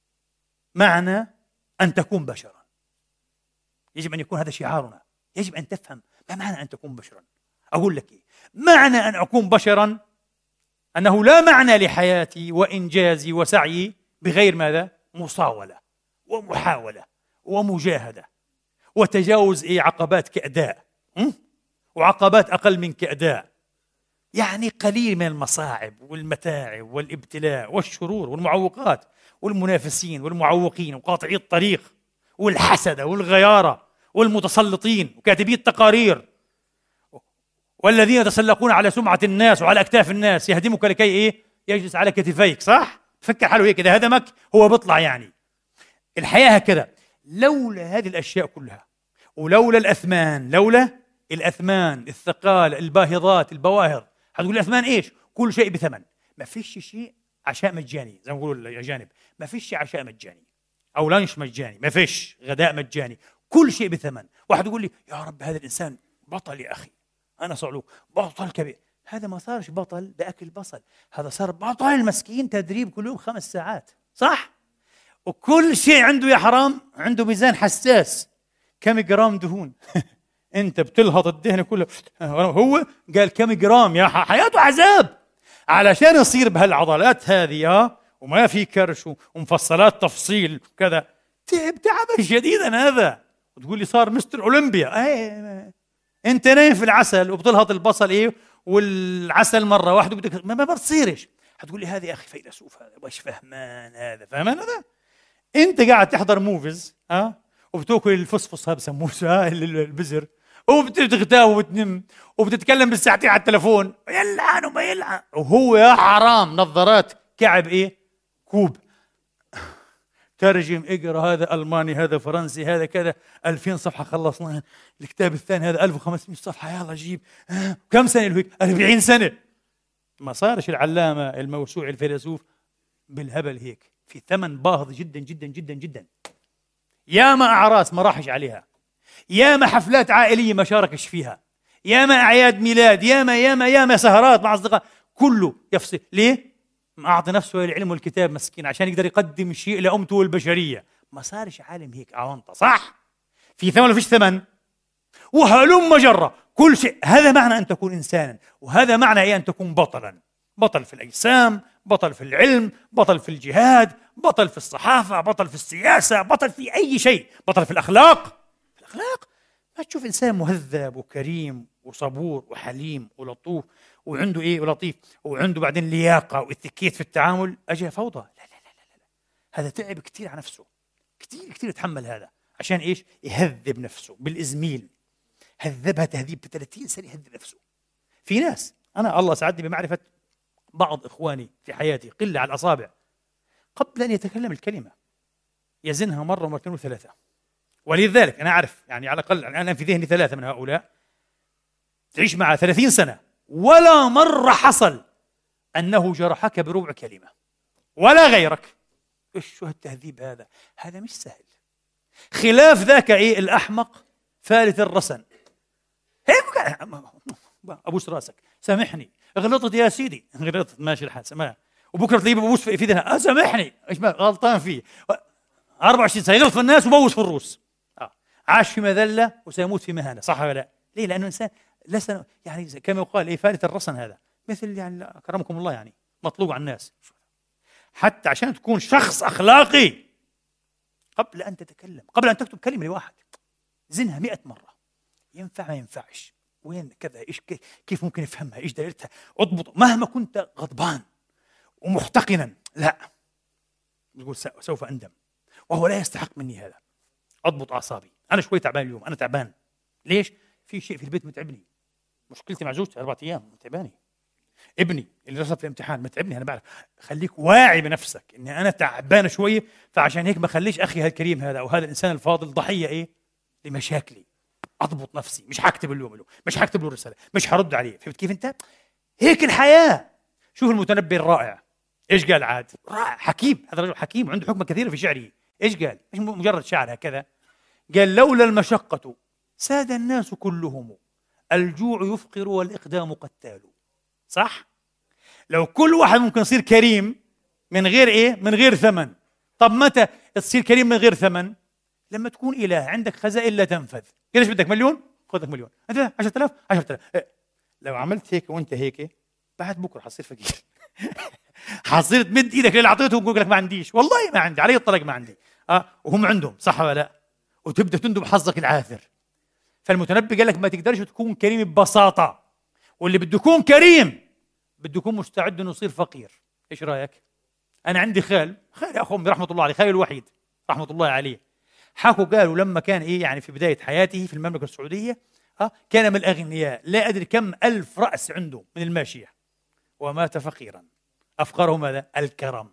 Speaker 1: معنى أن تكون بشرا. يجب أن يكون هذا شعارنا، يجب أن تفهم ما معنى أن تكون بشرا. أقول لك إيه معنى أن أكون بشرا؟ أنه لا معنى لحياتي وإنجازي وسعيي بغير ماذا؟ مصاولة ومحاولة ومجاهدة وتجاوز إيه عقبات كأداء م? وعقبات أقل من كأداء. يعني قليل من المصاعب والمتاعب والابتلاء والشرور والمعوقات والمنافسين والمعوقين وقاطعي الطريق والحسدة والغيارة والمتسلطين وكاتبي التقارير والذين يتسلقون على سمعة الناس وعلى أكتاف الناس. يهدمك لكي إيه؟ يجلس على كتفيك، صح؟ تفكر حاله هيك، إذا هدمك هو بيطلع. يعني الحياة هكذا. لولا هذه الأشياء كلها ولولا الأثمان، لولا الأثمان الثقال الباهظات البواهظ، هتقول الأثمان إيش؟ كل شيء بثمن. ما فيش شيء عشاء مجاني زي ما بيقولوا الأجانب، ما فيش عشاء مجاني أو لانش مجاني، ما فيش غداء مجاني، كل شيء بثمن. واحد يقول لي يا رب هذا الإنسان بطل يا أخي، أنا صعلوك بطل كبير. هذا ما صارش بطل بأكل بصل، هذا صار بطل المسكين تدريب كل يوم خمس ساعات، صح؟ وكل شيء عنده يا حرام، عنده ميزان حساس، كم جرام دهون انت بتلهط الدهن كله، هو قال كم جرام، يا حياته عذاب علشان يصير بهالعضلات هذه، وما في كرش ومفصلات تفصيل كذا، تعب تعبا شديدا هذا. وتقول لي صار مستر اولمبيا، ايه انت نايم في العسل وبتلهط البصل ايه والعسل مره واحده بدك ما, ما بتصيرش. هتقول لي هذا يا اخي فيلسوف، هذا مش فهمان، هذا فهمان هذا. انت قاعد تحضر موفيز ها وبتاكل الفصفص هذا بسموه ها البزر، وبتغتاو وبتنم وبتتكلم بالساعتين على التلفون، يلعن وما يلعن، وهو يا حرام نظارات كعب ايه كوب، ترجم اقرا هذا الماني هذا فرنسي هذا كذا، ألفين صفحه خلصناها، الكتاب الثاني هذا ألف وخمسمائة صفحه، يلا جيب. آه. كم سنه له هيك؟ أربعين سنه. ما صارش العلامه الموسوعي الفيلسوف بالهبل هيك، في ثمن باهظ جدا جدا جدا جدا. ياما اعراس ما راحش عليها، ياما حفلات عائليه ما شاركش فيها، ياما اعياد ميلاد، ياما ياما ياما سهرات مع اصدقاء، كله يفصل. ليه؟ ما اعطى نفسه العلم والكتاب مسكين عشان يقدر يقدم شيء لامته والبشريه. ما صارش عالم هيك اونطه، صح؟ في ثمن ولا فيش ثمن؟ وهلم جره كل شيء. هذا معنى ان تكون انسانا، وهذا معنى ايه؟ ان تكون بطلا، بطل في الاجسام، بطل في العلم، بطل في الجهاد، بطل في الصحافه، بطل في السياسه، بطل في اي شيء، بطل في الاخلاق. الأخلاق ما تشوف إنسان مهذب وكريم وصبور وحليم ولطوف وعنده إيه ولطيف وعنده بعدين لياقة واتيكيت في التعامل، أجي فوضى. لا لا لا لا لا، هذا تعب كتير على نفسه، كتير كتير يتحمل هذا عشان إيش؟ يهذب نفسه بالإزميل. هذبها تهذيب ثلاثين سنة، يهذب نفسه. في ناس أنا الله ساعدني بمعرفة بعض إخواني في حياتي قلة على الأصابع، قبل أن يتكلم الكلمة يزنها مرة ومرتين وثلاثة. ولذلك أنا أعرف يعني على الأقل أنا في ذهني ثلاثة من هؤلاء تعيش معه ثلاثين سنة ولا مرة حصل أنه جرحك بربع كلمة ولا غيرك. إيش شو هالتهذيب هذا؟ هذا مش سهل. خلاف ذاك إيه الأحمق فالت الرسن، هيك أبوس راسك، سامحني غلطت يا سيدي، غلطت ماشي الحال سماه، وبكرة تلاقيه ببوس في ذهنها، أه سامحني إيش ما غلطان فيه، أربعة وعشرين سنة يغلط في الناس وبوس في الروس. آه. عاش في مذلة وسيموت في مهانة، صح ولا لا؟ ليه؟ لأنه إنسان لسه يعني كما يقال إيه فالت الرسن، هذا مثل يعني أكرمكم الله يعني مطلوب على الناس. حتى عشان تكون شخص أخلاقي قبل أن تتكلم، قبل أن تكتب كلمة لواحد زنها مئة مرة، ينفع ما ينفعش، وين كذا، إيش كيف ممكن يفهمها، إيش دليلتها، أضبط مهما كنت غضبان ومحتقنا، لا تقول سوف أندم وهو لا يستحق مني هذا. أضبط أعصابي، أنا شوي تعبان اليوم، أنا تعبان ليش؟ في شيء في البيت متعبني، مشكلتي مع زوجتي أربعة أيام متعباني، ابني اللي رسب في الامتحان متعبني، أنا بعرف. خليك واعي بنفسك إني أنا تعبان شوي، فعشان هيك ما خليش أخي هالكريم هذا أو هذا الإنسان الفاضل ضحية إيه لمشاكلي. أضبط نفسي، مش حكتب اليوم له، مش حكتب له رسالة، مش هرد عليه. فهمت كيف أنت؟ هيك الحياة. شوف المتنبي الرائع إيش قال عاد، رائع حكيم، هذا رجل حكيم وعنده حكمة كثيرة في شعره. إيش قال؟ مش مجرد شعر هكذا، قال لولا المشقة ساد الناس كلهم، الجوع يفقر والإقدام قتال. صح؟ لو كل واحد ممكن يصير كريم من غير إيه؟ من غير ثمن. طب متى تصير كريم من غير ثمن؟ لما تكون إله عندك خزائن لا تنفذ. ليش بدك مليون؟ خذ لك مليون. أنت عشرة آلاف عشرة آلاف. إيه؟ لو عملت هيك وأنت هيك بعد بكرة حتصير فقير. حتصير تمد إيدك للي أعطيته ويقول لك ما عنديش، والله ما عندي، علي الطلاق ما عندي. أه وهم عندهم، صح ولا لا؟ وتبدأ تندب حظك العاثر. فالمتنبي قال لك ما تقدرش تكون كريم ببساطة، واللي بده يكون كريم بده يكون مستعد انه يصير فقير. ايش رايك؟ انا عندي خال، خال يا اخوهم رحمه الله عليه، خالي الوحيد رحمه الله عليه، حكوا قالوا لما كان ايه يعني في بدايه حياته في المملكه السعوديه، اه كان من الاغنياء، لا ادري كم الف راس عنده من الماشيه، ومات فقيرا. افقره ماذا؟ الكرم.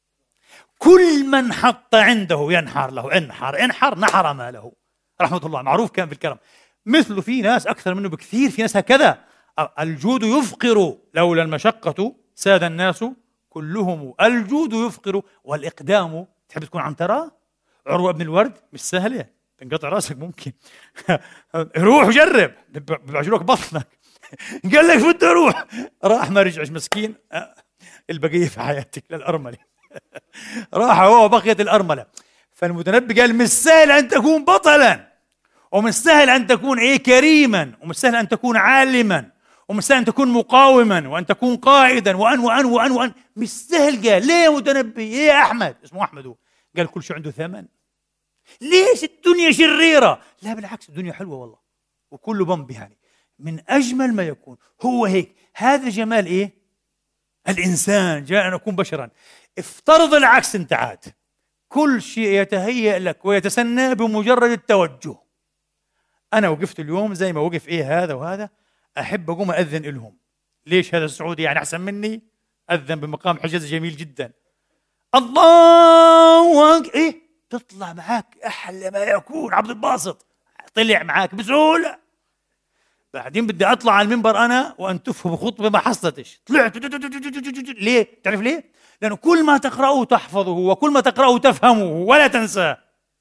Speaker 1: كل من حط عنده ينحر له، انحر انحر نحر ماله، رحمه الله، معروف كان بالكرم. مثله في ناس اكثر منه بكثير، في ناس هكذا. الجود يفقر، لولا المشقة ساد الناس كلهم الجود يفقر والإقدام. تحب تكون عم ترى عروة بن الورد؟ مش سهلة، تنقطع راسك ممكن. روح جرب، ببعجلوك بطنك. قال لك بدي أروح، راح ما رجعش مسكين. البقية في حياتك للأرملة. راح هو بقيت الأرملة. فالمتنبي قال مش سهل أن تكون بطلا، ومش سهل أن تكون إيه كريما، ومش سهل أن تكون عالما، ومش سهل أن تكون مقاوما، وأن تكون قائدا، وأن وأن وأن وأن مش سهل. قال ليه متنبي؟ إيه يا أحمد، اسمه أحمد هو. قال كل شيء عنده ثمن. ليش الدنيا شريرة؟ لا بالعكس، الدنيا حلوة والله، وكله بمب يعني، من أجمل ما يكون. هو هيك، هذا جمال إيه؟ الإنسان، جاء أن أكون بشرا. افترض العكس أنت عاد، كل شيء يتهيأ لك ويتسنى بمجرد التوجه. أنا وقفت اليوم زي ما وقف إيه هذا وهذا، أحب أقوم أذن لهم. ليش؟ هذا السعودي يعني أحسن مني؟ أذن بمقام حجاز جميل جدا. الله أكبر، إيه تطلع معاك أحلى ما يكون. عبد الباسط طلع معاك بسهولة. بعدين بدي أطلع على المنبر أنا وأنتفه بخطبة ما حصلتش، طلعت. ليه؟ تعرف ليه؟ لأنه كل ما تقرأه تحفظه، وكل ما تقرأه تفهمه ولا تنساه.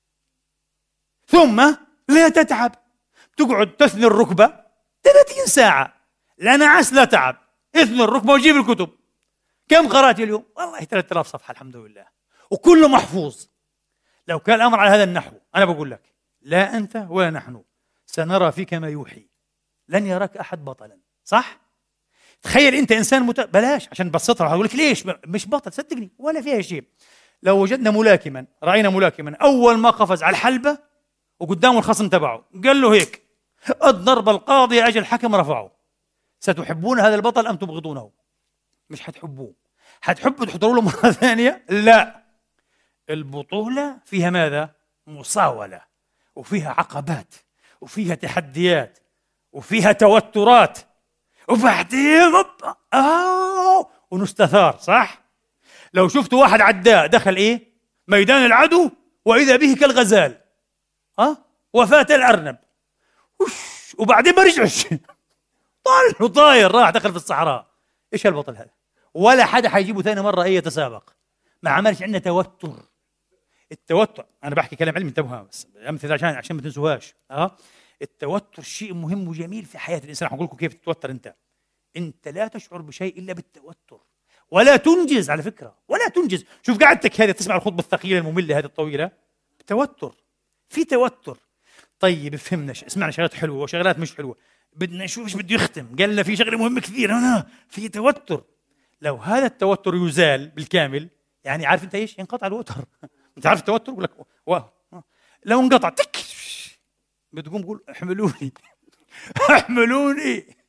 Speaker 1: ثم لا تتعب، تقعد تثني الركبة ثلاثين ساعة، لا نعس لا تعب، اثني الركبة وجيب الكتب. كم قرأت اليوم؟ والله ثلاثة آلاف صفحة الحمد لله، وكله محفوظ. لو كان الأمر على هذا النحو، أنا بقول لك لا أنت ولا نحن سنرى فيك ما يوحي، لن يراك أحد بطلا. صح؟ تخيل أنت إنسان مت... بلاش عشان بسطها، هقول لك ليش مش بطل، صدقني ولا فيها شيء. لو وجدنا ملاكما، رأينا ملاكما أول ما قفز على الحلبة وقدامه الخصم تبعه قال له هيك، الضربة القاضية أجل الحكم رفعه، ستحبون هذا البطل أم تبغضونه؟ مش حتحبوه. حتحبوا تحضروا له مرة ثانية؟ لا. البطولة فيها ماذا؟ مصاولة، وفيها عقبات، وفيها تحديات، وفيها توترات، وبعدين آه ونستثار. صح؟ لو شفتوا واحد عداء دخل إيه؟ ميدان العدو وإذا به كالغزال، ها؟ وفاة الأرنب، وبعدين ما رجعش، طال وطاير راح دخل في الصحراء. إيش هالبطل هذا؟ ولا حدا حيجيبه ثاني مرة أي يتسابق، ما عملش عندنا توتر. التوتر، أنا بحكي كلام علمي انتبهوا بس أمثلة عشان عشان ما تنسوهاش. أه التوتر شيء مهم وجميل في حياة الإنسان. هقول لكم كيف تتوتر أنت. أنت لا تشعر بشيء إلا بالتوتر، ولا تنجز على فكرة، ولا تنجز. شوف قعدتك هذه تسمع الخطبة الثقيلة المملة هذه الطويلة، توتر، في توتر. طيب فهمنا، اسمعنا شغلات حلوة وشغلات مش حلوة، بدنا نشوف ايش بده يختم. قال لنا في شغله مهمه كثير هنا، في توتر. لو هذا التوتر يزال بالكامل، يعني عارف انت ايش؟ ينقطع الوتر. انت عارف التوتر؟ بقول لك واه لو انقطع تك بتقوم تقول احملوني احملوني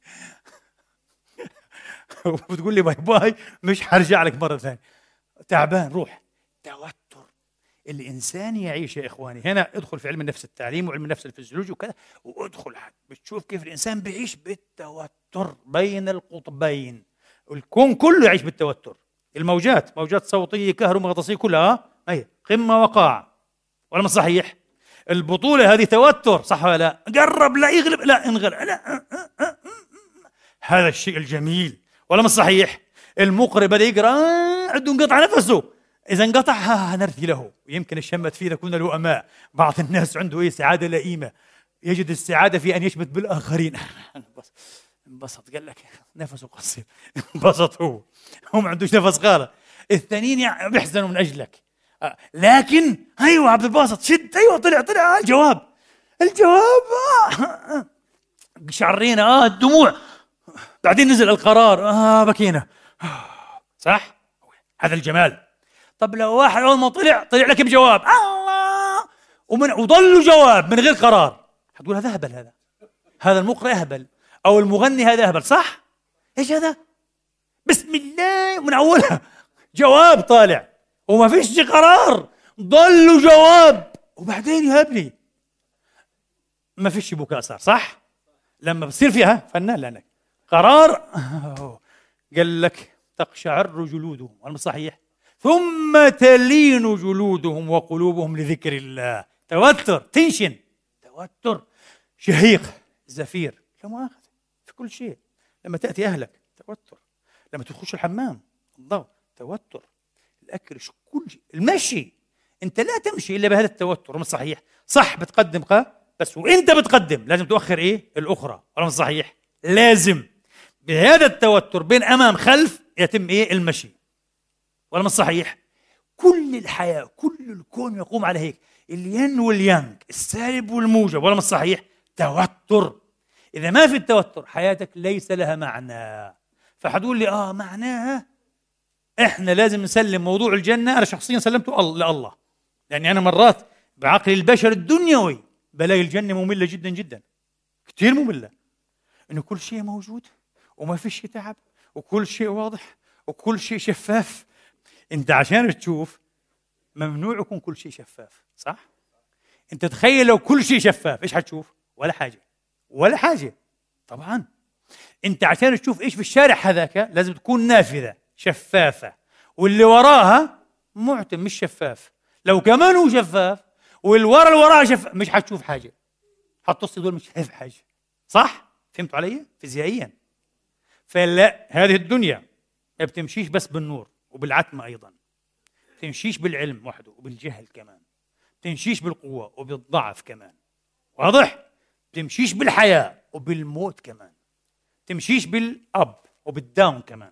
Speaker 1: وبتقول لي باي باي، مش حرجع لك مره ثانيه، تعبان روح. توتر الإنسان يعيش يا إخواني. هنا ادخل في علم النفس التعليم وعلم النفس الفيزيولوجي وكذا، وادخل بتشوف كيف الإنسان بيعيش بالتوتر بين القطبين. الكون كله يعيش بالتوتر. الموجات، موجات صوتية كهرومغناطيسية كلها هي قمة وقاع، ولا مش صحيح؟ البطولة هذه توتر، صح ولا لا؟ قرب لا يغلب لا انغلب لا. هذا الشيء الجميل، ولا مش صحيح؟ المقرئ بدأ يقرأ عنده انقطع نفسه، إذا انقطع ها نرثي له. يمكن الشمت فيه نكون له أماء. بعض الناس عنده إيه سعادة لئيمة، يجد السعادة في أن يشمت بالآخرين. انبسط، قال لك نفسه قصير، انبسط هو هو ما عندوش نفس خالص. الثانيين يعني بيحزنوا من أجلك. لكن أيوة عبد الباسط شد، أيوة طلع طلع الجواب الجواب آه. شعرينا آه الدموع، بعدين نزل القرار آه بكينا. صح؟ هذا الجمال. طب لو واحد أول ما طلع طلع لك بجواب الله ومن وضل جواب من غير قرار، حتقول هذا هبل، هذا هذا المقرئ أهبل، أو المغني هذا أهبل. صح؟ إيش هذا؟ بسم الله من أولها جواب طالع وما فيش قرار، ضل جواب وبعدين يهبلي. ما فيش بكاء صار. صح؟ لما بصير فيها فنان لأنك قرار قال لك تقشعر جلودهم، ولا صحيح؟ ثم تلين جلودهم وقلوبهم لذكر الله. توتر، تنشن، توتر، شهيق، زفير، لا مؤاخذة في كل شيء. لما تأتي أهلك توتر، لما تخش الحمام الضوء توتر، الأكل، كل شيء، المشي، أنت لا تمشي إلا بهذا التوتر، مش صحيح؟ صح بتقدم قا بس وأنت بتقدم لازم تؤخر إيه؟ الأخرى، ولا مش صحيح؟ لازم بهذا التوتر بين أمام خلف يتم إيه؟ المشي، ولا مش صحيح؟ كل الحياة كل الكون يقوم على هيك، الين واليانج، السالب والموجب، ولا مش صحيح؟ توتر. إذا ما في التوتر حياتك ليس لها معنى. فحتقول لي آه معناها إحنا لازم نسلم موضوع الجنة. أنا شخصيا سلمته لله، لأني أنا مرات بعقل البشر الدنيوي بلاقي الجنة مملة جدا جدا، كثير مملة، إنه كل شيء موجود وما في شيء تعب وكل شيء واضح وكل شيء شفاف. أنت عشان تشوف ممنوع يكون كل شيء شفاف، صح؟ أنت تخيل لو كل شيء شفاف إيش حتشوف؟ ولا حاجة، ولا حاجة طبعا. أنت عشان تشوف إيش في الشارع هذاك لازم تكون نافذة شفافة، واللي وراها معتم مش شفاف. لو كمان هو شفاف والورا اللي وراها شفاف مش حتشوف حاجة، حتصل دول مش شايف حاجة، صح؟ فهمتوا علي؟ فيزيائيا. فلا، هذه الدنيا ما بتمشيش بس بالنور وبالعتمة، أيضا بتمشيش بالعلم وحده وبالجهل كمان، بتمشيش بالقوة وبالضعف كمان، واضح؟ بتمشيش بالحياة وبالموت كمان، تمشيش بالأب وبالداون كمان،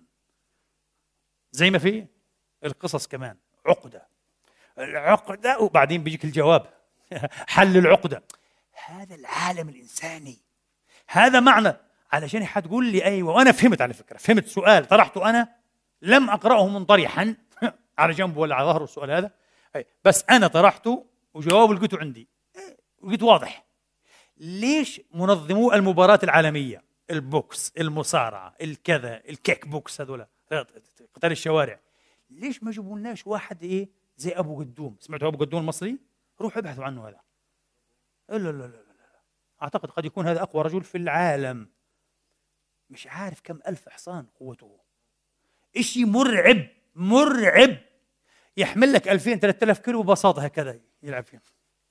Speaker 1: زي ما في القصص كمان عقدة العقدة وبعدين بيجيك الجواب حل العقدة. هذا العالم الإنساني، هذا معنى. علشان حتقول لي أيوة، وأنا فهمت، على فكرة فهمت سؤال طرحته أنا، لم أقرأه منطرحا على جنب ولا على ظهره السؤال هذا، بس أنا طرحته وجوابه لقيته عندي ولقيته واضح. ليش منظمو المباراة العالمية، البوكس، المصارعة، الكذا، الكيك بوكس، هذولا قتال الشوارع، ليش ما جابولناش واحد إيه زي أبو قدوم؟ سمعتوا أبو قدوم المصري؟ روحوا ابحثوا عنه هذا. لا لا لا لا لا، أعتقد قد يكون هذا أقوى رجل في العالم، مش عارف كم ألف حصان قوته، إشي مرعب مرعب، يحمل لك ألفين ثلاثة آلاف كيلو ببساطة هكذا يلعب فيهم.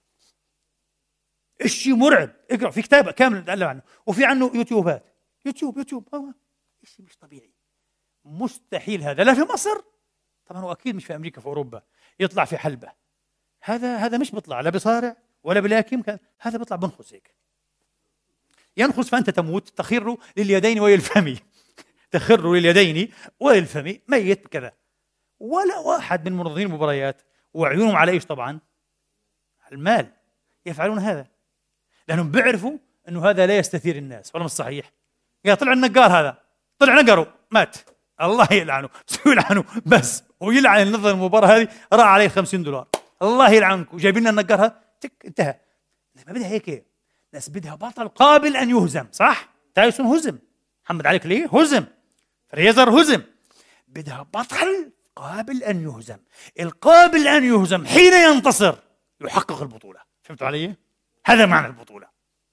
Speaker 1: إشي مرعب، اقرأ في كتاب كامل نتعلم عنه، وفي عنه يوتيوبات، يوتيوب يوتيوب هو إشي مش طبيعي، مستحيل هذا لا في مصر طبعا، وأكيد مش في أمريكا في أوروبا يطلع في حلبة. هذا هذا مش بيطلع لا بصارع ولا بلاكم، هذا بيطلع بنخس هيك، ينخس فأنت تموت، تخر لليدين والفم تخر لليدين والفم ميت كذا. ولا واحد من منظمين المباريات وعيونهم على إيش؟ طبعا المال، يفعلون هذا لأنهم بيعرفوا أنه هذا لا يستثير الناس، ولا مش صحيح؟ يا طلع النقار، هذا طلع نقره مات، الله يلعنه يلعنه بس، ويلعن نظر المباراة هذه راح عليه خمسين دولار، الله يلعنك، وجايبين لنا النقار هذا تك انتهى. ما بدها هيك، ناس بدها بطل قابل أن يهزم، صح؟ تايسون هزم، محمد علي كلاي هزم، فريزر هزم، بدها بطل قابل أن يهزم. القابل أن يهزم حين ينتصر يحقق البطولة. فهمتوا علي؟ هذا معنى البطولة.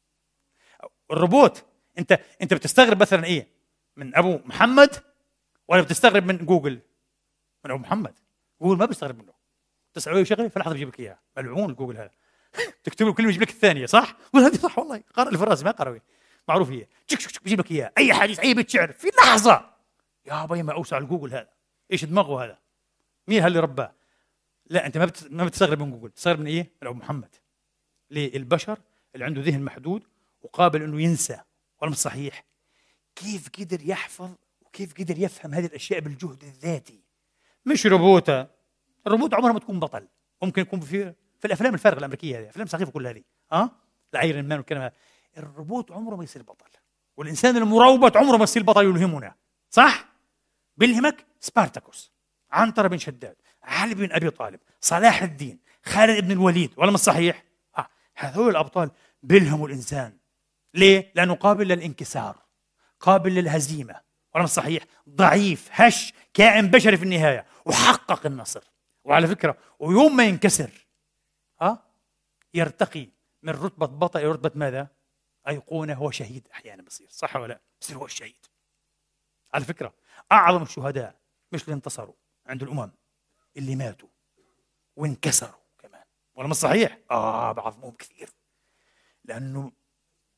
Speaker 1: الروبوت، انت انت بتستغرب مثلا ايه من ابو محمد، ولا بتستغرب من جوجل؟ من ابو محمد. جوجل ما بيستغرب منه، تسأله شغله في لحظه بيجيب لك اياها، ملعون الجوجل هذا تكتب له كلمه يجيب لك الثانيه، صح؟ قول هذه صح والله، قارئ الفرازي ما قروي معروف، هي تشك تشك بيجيب لك اياها، اي حديث اي بيت شعر في لحظه. يا باي ما اوسع الجوجل هذا، ايش دماغه هذا؟ مين اللي رباه؟ لا انت ما بت... ما بتستغرب من جوجل، تستغرب من ايه؟ من ابو محمد. ليه؟ البشر اللي عنده ذهن محدود وقابل انه ينسى، ولا مش صحيح؟ كيف قدر يحفظ وكيف قدر يفهم هذه الاشياء بالجهد الذاتي؟ مش روبوتة. الروبوت عمرها ما تكون بطل، ممكن يكون في في الافلام الفارغه الامريكيه هذه، افلام سخيفه كل هذه، اه الايرون مان والكلام هذا. الروبوت عمره ما يصير بطل، والانسان المروبط عمره ما يصير بطل يلهمنا، صح؟ بيلهمك سبارتاكوس، عنترة بن شداد، علي بن ابي طالب، صلاح الدين، خالد بن الوليد، ولا مش صحيح؟ آه. هذول الابطال بيلهموا الانسان. ليه؟ لانه قابل للانكسار، قابل للهزيمه، ولا مش صحيح؟ ضعيف هش، كائن بشري في النهايه، وحقق النصر. وعلى فكره ويوم ما ينكسر اه يرتقي من رتبه بطل الى رتبه ماذا؟ ايقونه، هو شهيد احيانا بصير، صح ولا لا؟ بصير هو الشهيد. على فكره اعظم الشهداء مش اللي انتصروا عند الامم، اللي ماتوا وانكسروا كمان، ولا مش صحيح؟ اه بعظمهم كثير، لانه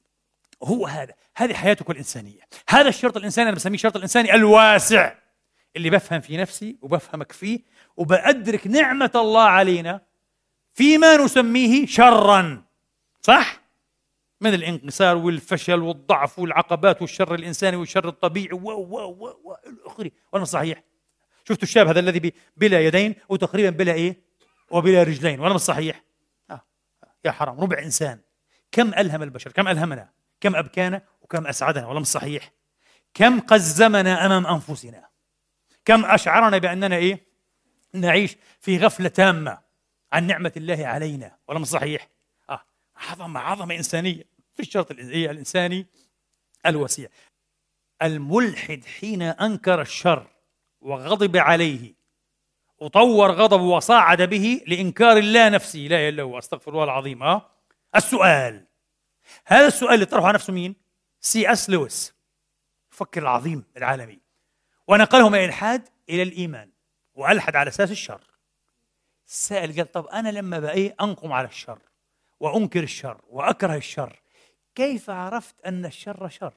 Speaker 1: هو هذا، هذه حياتك الإنسانية. هذا الشرط الإنساني أنا بسميه الشرط الإنساني الواسع، اللي بفهم في نفسي وبفهمك فيه، وبأدرك نعمة الله علينا فيما نسميه شرا، صح؟ من الانكسار والفشل والضعف والعقبات والشر الإنساني والشر الطبيعي و و و و الأخري. ولا صحيح؟ شفتوا الشاب هذا الذي بلا يدين وتقريبا بلا إيه؟ وبلا رجلين، ولا مش صحيح؟ آه. يا حرام، ربع إنسان. كم ألهم البشر، كم ألهمنا، كم أبكانا وكم أسعدنا، ولا مش صحيح؟ كم قزمنا أمام أنفسنا، كم أشعرنا بأننا إيه؟ نعيش في غفلة تامة عن نعمة الله علينا، ولا مش صحيح؟ آه. عظمة عظمة إنسانية في الشرط الإنساني الوسيع. الملحد حين أنكر الشر وغضب عليه وطور غضبه وصاعد به لإنكار الله نفسه، لا إله إلا هو، أستغفر الله العظيم. آه. السؤال، هذا السؤال اللي طرحه على نفسه مين؟ سي أس لويس، المفكر العظيم العالمي، ونقله من الإلحاد إلى الإيمان، وألحد على أساس الشر. السائل قال طب أنا لما بقى أنقم على الشر وأنكر الشر وأكره الشر، كيف عرفت أن الشر شر؟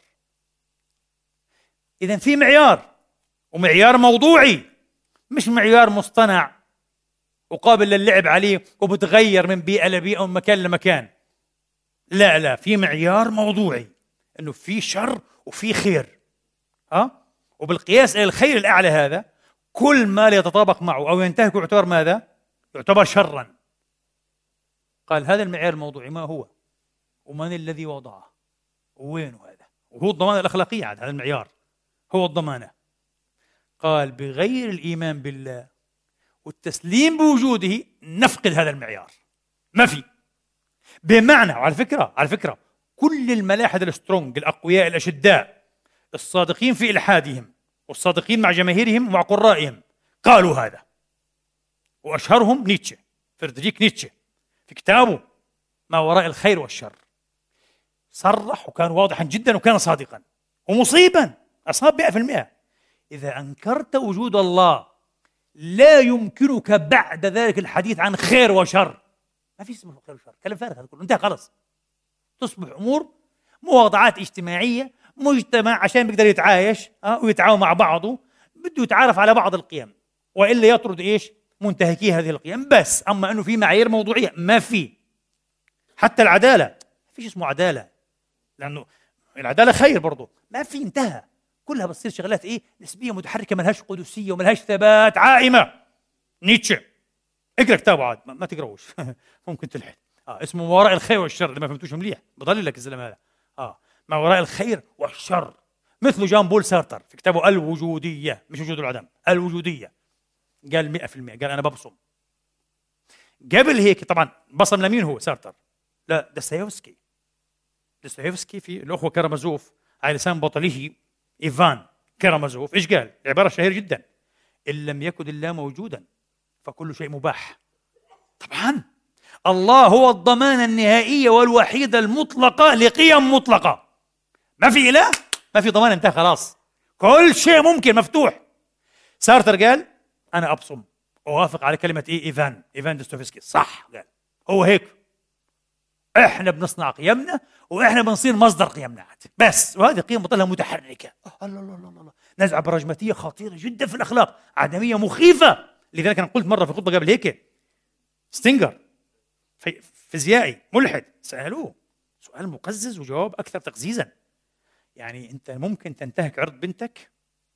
Speaker 1: إذن في معيار، ومعيار موضوعي، مش معيار مصطنع وقابل للعب عليه وبتغير من بيئة لبيئة ومن مكان لمكان. لا لا، في معيار موضوعي إنه في شر وفي خير. أه؟ وبالقياس إلى الخير الأعلى هذا، كل ما لا يتطابق معه أو ينتهك يعتبر ماذا؟ يعتبر شرا. قال هذا المعيار الموضوعي ما هو؟ ومن الذي وضعه؟ ووينه هذا؟ وهو الضمانة الأخلاقية عاد، هذا المعيار هو الضمانة. قال بغير الإيمان بالله والتسليم بوجوده نفقد هذا المعيار، ما في. بمعنى، وعلى فكرة على فكرة كل الملاحد السترونج الأقوياء الأشداء الصادقين في إلحادهم والصادقين مع جماهيرهم ومع قرائهم قالوا هذا، وأشهرهم نيتشه، فريدريك نيتشه في كتابه ما وراء الخير والشر صرح وكان واضحا جدا وكان صادقا ومصيبا، أصاب مئة بالمئة. إذا أنكرت وجود الله لا يمكنك بعد ذلك الحديث عن خير وشر، ما في اسمه خير وشر، كلام فارغ هذا كله، انتهى خلاص. تصبح أمور مواضعات اجتماعية، مجتمع عشان بيقدر يتعايش أه ويتعاون مع بعضه بده يتعارف على بعض القيم، وإلا يطرد إيش؟ منتهكي هذه القيم بس. أما أنه في معايير موضوعية ما في. حتى العدالة ما فيش اسمه عدالة، لأنه العدالة خير برضو، ما في، انتهى. كلها بتصير شغلات إيه؟ نسبية متحركة، ملهاش قدسية وملهاش ثبات، عائمة. نيتشه، اقرأ كتابه عاد، ما, ما تقرأوش ممكن تلحد. آه اسمه ما وراء الخير والشر، اللي ما فهمتوش مليح بضل لك الزلمة هذا. آه ما وراء الخير والشر، مثل جان بول سارتر في كتابه الوجودية، مش وجود العدم، الوجودية، قال مئة بالمئة، قال أنا ببصم. قبل هيك طبعا بصم لمين هو سارتر؟ لا، دستايفسكي. دستايفسكي في الأخوة كارامازوف على لسان بطله إيفان كارامازوف إيش قال؟ عبارة شهيرة جدا: إن لم يكن الله موجودا فكل شيء مباح. طبعا الله هو الضمانة النهائية والوحيدة المطلقة لقيم مطلقة. ما في إله، ما في ضمان، انتهى خلاص، كل شيء ممكن مفتوح. سارتر قال أنا أبصم، أوافق على كلمة إيه؟ إيفان إيفان دستويفسكي، صح، قال هو هيك، إحنا بنصنع قيمنا وإحنا بنصير مصدر قيمنا بس، وهذه قيم بطلها متحركة. الله الله الله الله، نزعة براجماتية خطيرة جدا في الأخلاق، عدمية مخيفة. لذلك أنا قلت مرة في خطبة قبل هيك، ستينجر في فيزيائي ملحد سألوه سؤال مقزز وجواب أكثر تقزيزا، يعني أنت ممكن تنتهك عرض بنتك؟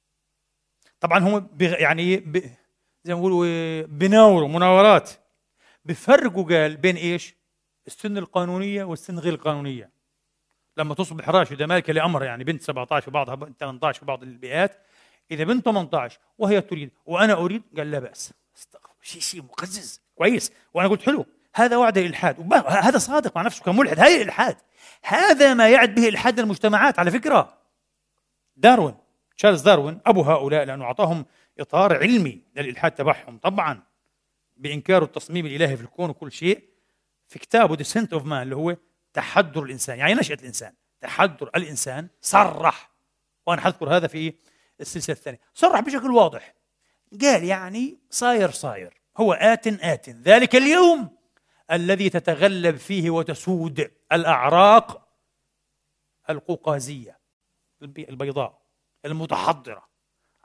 Speaker 1: طبعا هم بغ... يعني ب... زي ما بيقولوا بناوروا مناورات، بفرقوا قال بين إيش؟ السن القانونية والسن غير القانونية. لما تصبح راشدة مالكة لأمر، يعني بنت سبعة عشر وبعضها ثمانية عشر في بعض البيئات، إذا بنت ثمانية عشر وهي تريد وأنا أريد، قال لا بأس. شيء شيء مقزز كويس. وأنا قلت حلو، هذا وعد الإلحاد، هذا صادق مع نفسه كملحد، هاي الإلحاد، هذا ما يعد به إلحاد المجتمعات. على فكرة داروين، تشارلز داروين أبو هؤلاء، لأنه أعطاهم إطار علمي للإلحاد تبعهم، طبعا بإنكار التصميم الإلهي في الكون وكل شيء، في كتابه Descent of Man اللي هو تحضر الإنسان، يعني نشأة الإنسان، تحضر الإنسان، صرح، وأنا حذكر هذا في السلسلة الثانية، صرح بشكل واضح، قال يعني صاير صاير، هو آت آت ذلك اليوم الذي تتغلب فيه وتسود الأعراق القوقازية البيضاء المتحضرة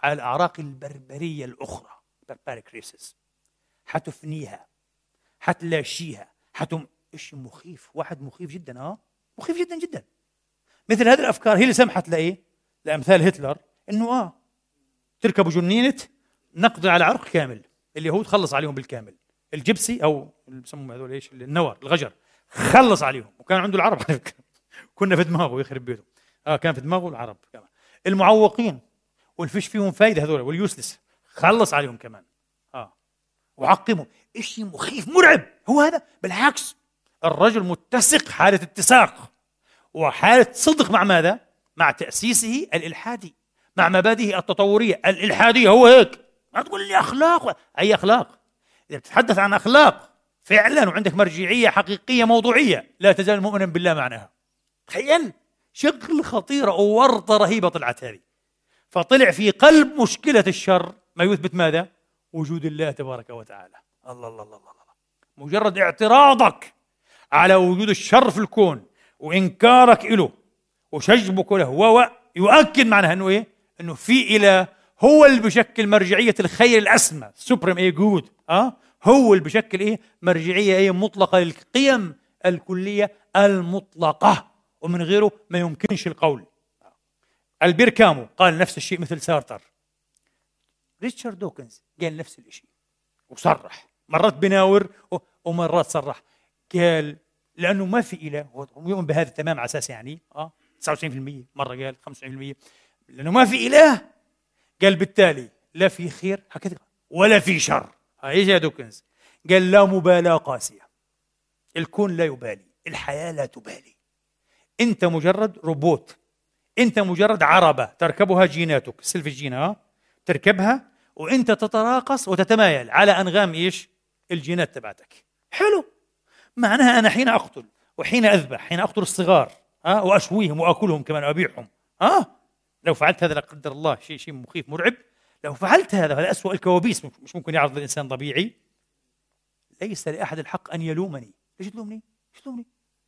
Speaker 1: على الأعراق البربرية الأخرى barbaric races، حتفنيها، حتلاشيها، حتم إيش مخيف، واحد مخيف جدا، آه مخيف جدا جدا. مثل هذه الأفكار هي اللي سمحت لإيه؟ لأمثال هتلر إنه آه تركبوا جنينة نقضي على عرق كامل، اليهود خلص عليهم بالكامل، الجبسي أو اللي بسموهم هذول إيش، النور، الغجر، خلص عليهم. وكان عنده العرب على فكرة، كنا في دماغه يخرب بيته، آه كان في دماغه العرب كمان، المعوقين والفيش فيهم فايدة هذول واليوسلس، خلص عليهم كمان، آه وعقموا. إشي مخيف مرعب هو هذا. بالعكس الرجل متسق، حالة اتساق وحالة صدق مع ماذا؟ مع تأسيسه الإلحادي، مع مبادئه التطورية الإلحادية. هو هيك، ما تقول لي أخلاق، أي أخلاق؟ إذا بتتحدث عن أخلاق فعلا وعندك مرجعية حقيقية موضوعية، لا تزال مؤمنا بالله معناها. تخيل شغل خطيرة وورطة رهيبة طلعت هذه. فطلع في قلب مشكلة الشر ما يثبت ماذا؟ وجود الله تبارك وتعالى. الله الله الله الله الله. مجرد اعتراضك على وجود الشر في الكون وإنكارك له وشجبك له هو يؤكد معناها أنه إيه؟ أنه في إله هو اللي بشكل مرجعية الخير الأسمى، سوبريم إيه جود، أه؟ هو اللي بشكل إيه؟ مرجعية إيه مطلقة للقيم الكلية المطلقة، ومن غيره ما يمكنش القول. البير كامو قال نفس الشيء مثل سارتر. ريتشارد دوكنز قال نفس الشيء وصرح، مرات بناور ومرات صرح، قال لأنه ما في إله، هو يؤمن بهذا تمام على أساس يعني آه تسعة وتسعين بالمئة، مرة قال خمسة وتسعين بالمئة، لأنه ما في إله، قال بالتالي لا في خير هكذا ولا في شر. هاي يا دوكنز قال لا مبالاة قاسية، الكون لا يبالي، الحياة لا تبالي، أنت مجرد روبوت، أنت مجرد عربة تركبها جيناتك، سلف الجينة تركبها وأنت تتراقص وتتمايل على أنغام إيش؟ الجينات تبعتك. حلو، معناها أنا حين أقتل وحين أذبح، حين أقتل الصغار أه؟ وأشويهم وأكلهم كمان وأبيعهم، أه؟ لو فعلت هذا لا قدر الله شيء شيء مخيف مرعب، لو فعلت هذا هذا أسوأ الكوابيس مش ممكن يعرض الإنسان طبيعي. ليس لأحد الحق أن يلومني. ليش تلومني؟ ليش تلومني؟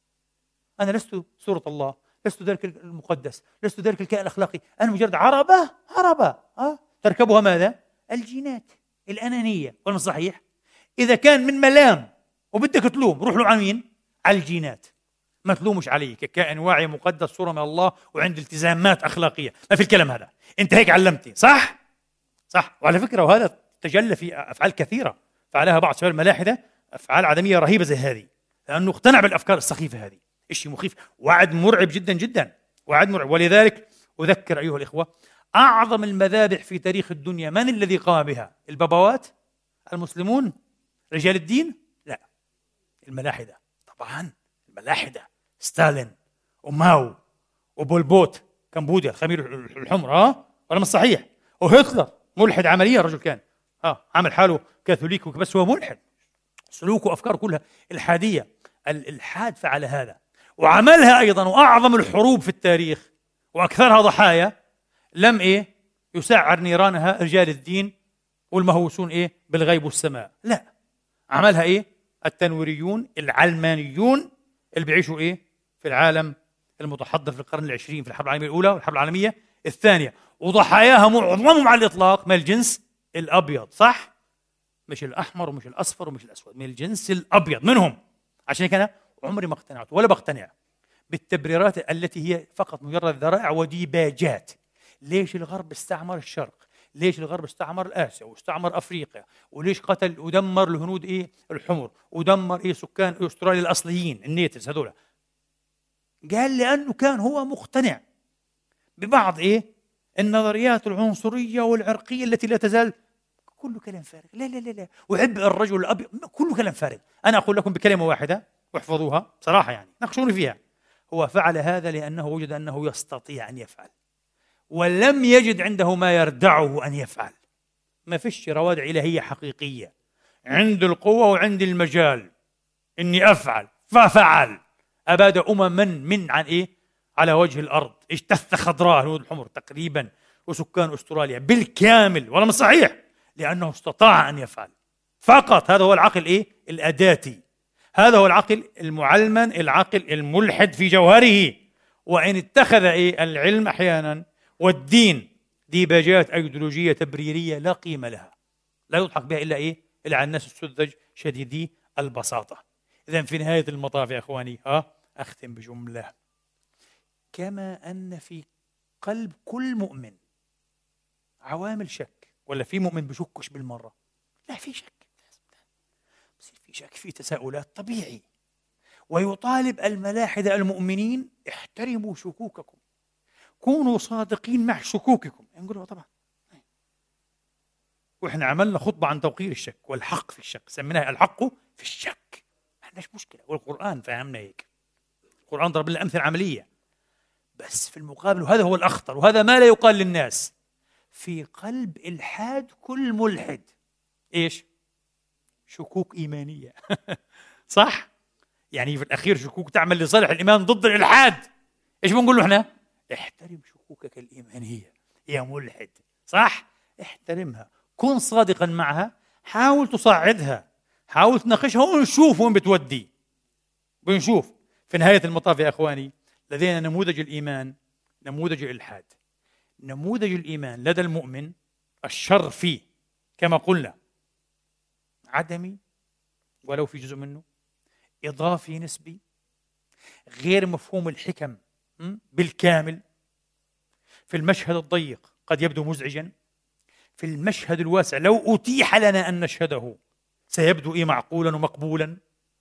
Speaker 1: أنا لست سورة الله، لست ذلك المقدس، لست ذلك الكائن الأخلاقي، أنا مجرد عربة عربة أه؟ تركبها ماذا؟ الجينات الأنانية. ولا صحيح؟ إذا كان من ملام وبدك تلوم، روح له على مين؟ على الجينات، ما تلومش عليه ككائن واعي مقدس صورة من الله وعند التزامات أخلاقية. ما في الكلام هذا، أنت هيك علمتني صح؟ صح. وعلى فكرة وهذا تجلى في أفعال كثيرة فعلها بعض شباب الملاحدة، أفعال عدمية رهيبة زي هذه، لأنه اقتنع بالأفكار السخيفة هذه. إشي مخيف، وعد مرعب جدا جدا، وعد مرعب. ولذلك أذكر أيها الإخوة، أعظم المذابح في تاريخ الدنيا من الذي قام بها؟ البابوات؟ المسلمون؟ رجال الدين؟ لا، الملاحدة. طبعا الملاحدة، ستالين وماو وبولبوت كمبوديا الخمير الحمر، اه ولا مش صحيح؟ وهتلر ملحد عمليا، رجل كان اه عمل حاله كاثوليك بس هو ملحد، سلوكه وافكاره كلها الحادية. الالحاد فعل هذا وعملها ايضا، واعظم الحروب في التاريخ واكثرها ضحايا لم ايه يسعر نيرانها رجال الدين والمهووسون ايه بالغيب والسماء، لا، عملها ايه التنويريون العلمانيون اللي بيعيشوا ايه في العالم المتحضر في القرن العشرين، في الحرب العالميه الاولى والحرب العالميه الثانيه، وضحاياها معظمهم على الاطلاق من الجنس الابيض، صح؟ مش الاحمر ومش الاصفر ومش الاسود، من الجنس الابيض منهم. عشان هيك انا عمري ما اقتنعت ولا بقتنع بالتبريرات التي هي فقط مجرد ذرائع وديباجات. ليش الغرب استعمر الشرق؟ ليش الغرب استعمر آسيا واستعمر أفريقيا؟ وليش قتل ودمر الهنود إيه الحمر ودمر إيه سكان أستراليا الأصليين النيتيفز هذولا؟ قال لأنه كان هو مقتنع ببعض إيه النظريات العنصرية والعرقية التي لا تزال. كله كلام فارغ، لا لا لا لا، وعبء الرجل الأبيض، كله كلام فارغ. أنا أقول لكم بكلمة واحدة واحفظوها صراحة، يعني ناقشوني فيها. هو فعل هذا لأنه وجد أنه يستطيع أن يفعل، ولم يجد عنده ما يردعه أن يفعل. ما فيش روادع إلهية حقيقية، عند القوة وعند المجال إني أفعل، ففعل. أباد أمما من عن إيه على وجه الأرض، اجتث خضراء الهنود الحمر تقريبا وسكان أستراليا بالكامل، ولا مش صحيح؟ لأنه استطاع أن يفعل فقط. هذا هو العقل إيه الأداتي، هذا هو العقل المعلمن، العقل الملحد في جوهره. وإن اتخذ إيه العلم أحيانا والدين ديباجات أيديولوجية تبريرية لا قيمة لها، لا يضحك بها إلا إيه؟ إلا على الناس السذج شديدي البساطة. إذن في نهاية المطاف يا إخواني، ها أختم بجملة: كما أن في قلب كل مؤمن عوامل شك، ولا في مؤمن بشكش بالمرة؟ لا، في شك، بصير في شك، في تساؤلات، طبيعي. ويطالب الملاحدة المؤمنين: احترموا شكوككم، كونوا صادقين مع شكوككم. نقول طبعا، واحنا عملنا خطبة عن توقير الشك والحق في الشك، سميناها الحق في الشك، ما عندناش مشكلة، والقرآن فهمنا هيك، القرآن ضرب لنا أمثلة عملية. بس في المقابل، وهذا هو الأخطر، وهذا ما لا يقال للناس، في قلب إلحاد كل ملحد إيش؟ شكوك إيمانية. صح؟ يعني في الأخير شكوك تعمل لصالح الإيمان ضد الإلحاد. إيش بنقول له إحنا؟ احترم شكوكك الإيمانية يا ملحد، صح؟ احترمها، كن صادقا معها، حاول تصعدها، حاول تناقشها ونشوف وين بتودي. بنشوف في نهاية المطاف يا أخواني، لدينا نموذج الإيمان، نموذج الإلحاد. نموذج الإيمان لدى المؤمن الشر فيه كما قلنا عدمي ولو في جزء منه، إضافي نسبي، غير مفهوم الحكم بالكامل. في المشهد الضيق قد يبدو مزعجا، في المشهد الواسع لو أتيح لنا أن نشهده سيبدو إيه معقولا ومقبولا.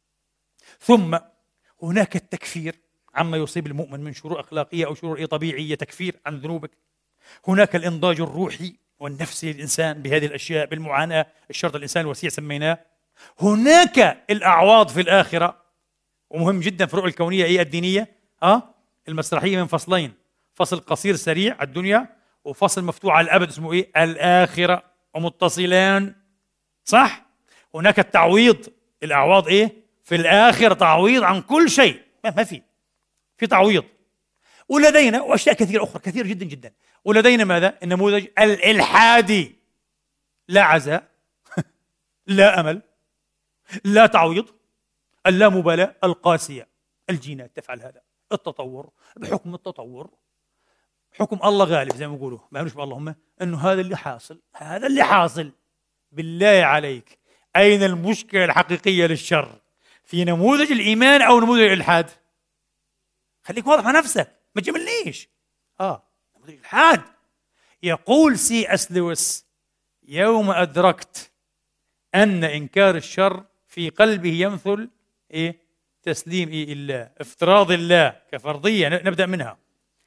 Speaker 1: ثم هناك التكفير عما يصيب المؤمن من شرور أخلاقية أو شرور إيه طبيعية، تكفير عن ذنوبك. هناك الإنضاج الروحي والنفسي للإنسان بهذه الأشياء، بالمعاناة، الشرط الإنسان الوسيع سميناه. هناك الأعواض في الآخرة، ومهم جدا في الرؤية الكونية أي الدينية، أه؟ المسرحية من فصلين، فصل قصير سريع على الدنيا، وفصل مفتوح على الأبد اسمه إيه؟ الآخرة، ومتصلان، صح؟ هناك التعويض، الأعواض إيه؟ في الآخرة تعويض عن كل شيء، ما في في تعويض. ولدينا وأشياء كثيرة أخرى، كثير جدا جدا. ولدينا ماذا؟ النموذج الإلحادي، لا عزاء، لا أمل، لا تعويض، اللامبالاة القاسية. الجينات تفعل هذا، التطور بحكم التطور، حكم الله غالب زي ما يقولوا، ما يقولوش اللهم انه هذا اللي حاصل، هذا اللي حاصل. بالله عليك، اين المشكلة الحقيقية للشر؟ في نموذج الإيمان أو نموذج الإلحاد؟ خليك واضح مع نفسك، ما تجملنيش. اه نموذج الإلحاد. يقول سي اس لويس: يوم أدركت أن إنكار الشر في قلبه يمثل إيه؟ تسليم إيه الله، افتراض الله كفرضية، نبدأ منها.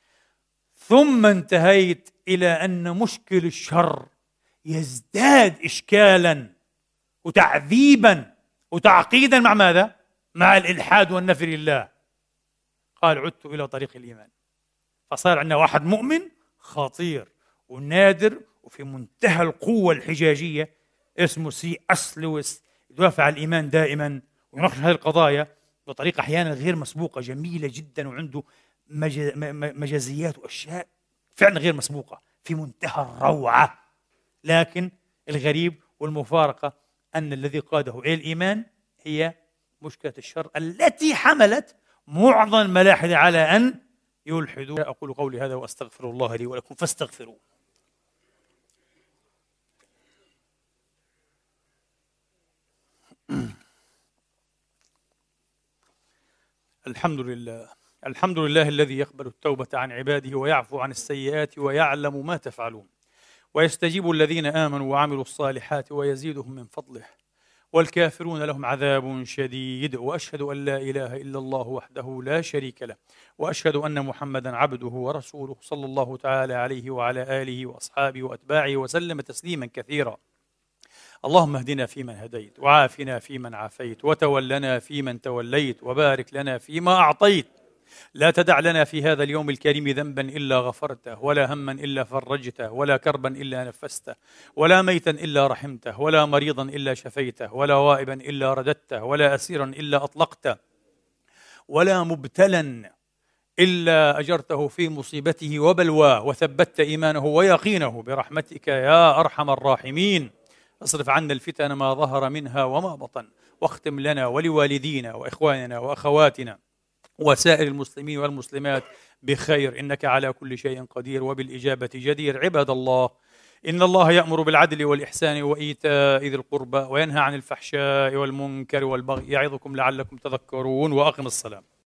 Speaker 1: ثم انتهيت إلى أن مشكل الشر يزداد إشكالا وتعذيبا وتعقيدا مع ماذا؟ مع الإلحاد والنفي لله. قال: عدت إلى طريق الإيمان. فصار عندنا واحد مؤمن خطير ونادر وفي منتهى القوة الحجاجية اسمه سي اس لويس، يدافع عن الإيمان دائما ويناقش هذه القضايا بطريقة أحيانا غير مسبوقة، جميلة جدا، وعنده مجازيات وأشياء فعلا غير مسبوقة في منتهى الروعة. لكن الغريب والمفارقة أن الذي قاده إلى الإيمان هي مشكلة الشر التي حملت معظم الملاحدة على أن يلحدوا. أقول قولي هذا وأستغفر الله لي ولكم فاستغفروه. الحمد لله، الحمد لله الذي يقبل التوبة عن عباده ويعفو عن السيئات ويعلم ما تفعلون، ويستجيب الذين آمنوا وعملوا الصالحات ويزيدهم من فضله، والكافرون لهم عذاب شديد. وأشهد أن لا إله إلا الله وحده لا شريك له، وأشهد أن محمدا عبده ورسوله صلى الله تعالى عليه وعلى آله وأصحابه وأتباعه وسلم تسليما كثيرا. اللهم اهدنا فيمن هديت، وعافنا فيمن عافيت، وتولنا فيمن توليت، وبارك لنا فيما أعطيت. لا تدع لنا في هذا اليوم الكريم ذنبا إلا غفرته، ولا هما إلا فرجته، ولا كربا إلا نفسته، ولا ميتا إلا رحمته، ولا مريضا إلا شفيته، ولا غائبا إلا رددته، ولا أسيرا إلا أطلقته، ولا مبتلا إلا أجرته في مصيبته وبلواه، وثبت إيمانه ويقينه برحمتك يا أرحم الراحمين. اصرف عنا الفتن ما ظهر منها وما بطن، واختم لنا ولوالدينا وإخواننا وأخواتنا وسائر المسلمين والمسلمات بخير، إنك على كل شيء قدير وبالإجابة جدير. عباد الله، إن الله يأمر بالعدل والإحسان وإيتاء ذي القربى وينهى عن الفحشاء والمنكر والبغي، يعظكم لعلكم تذكرون، وأقم الصلاة.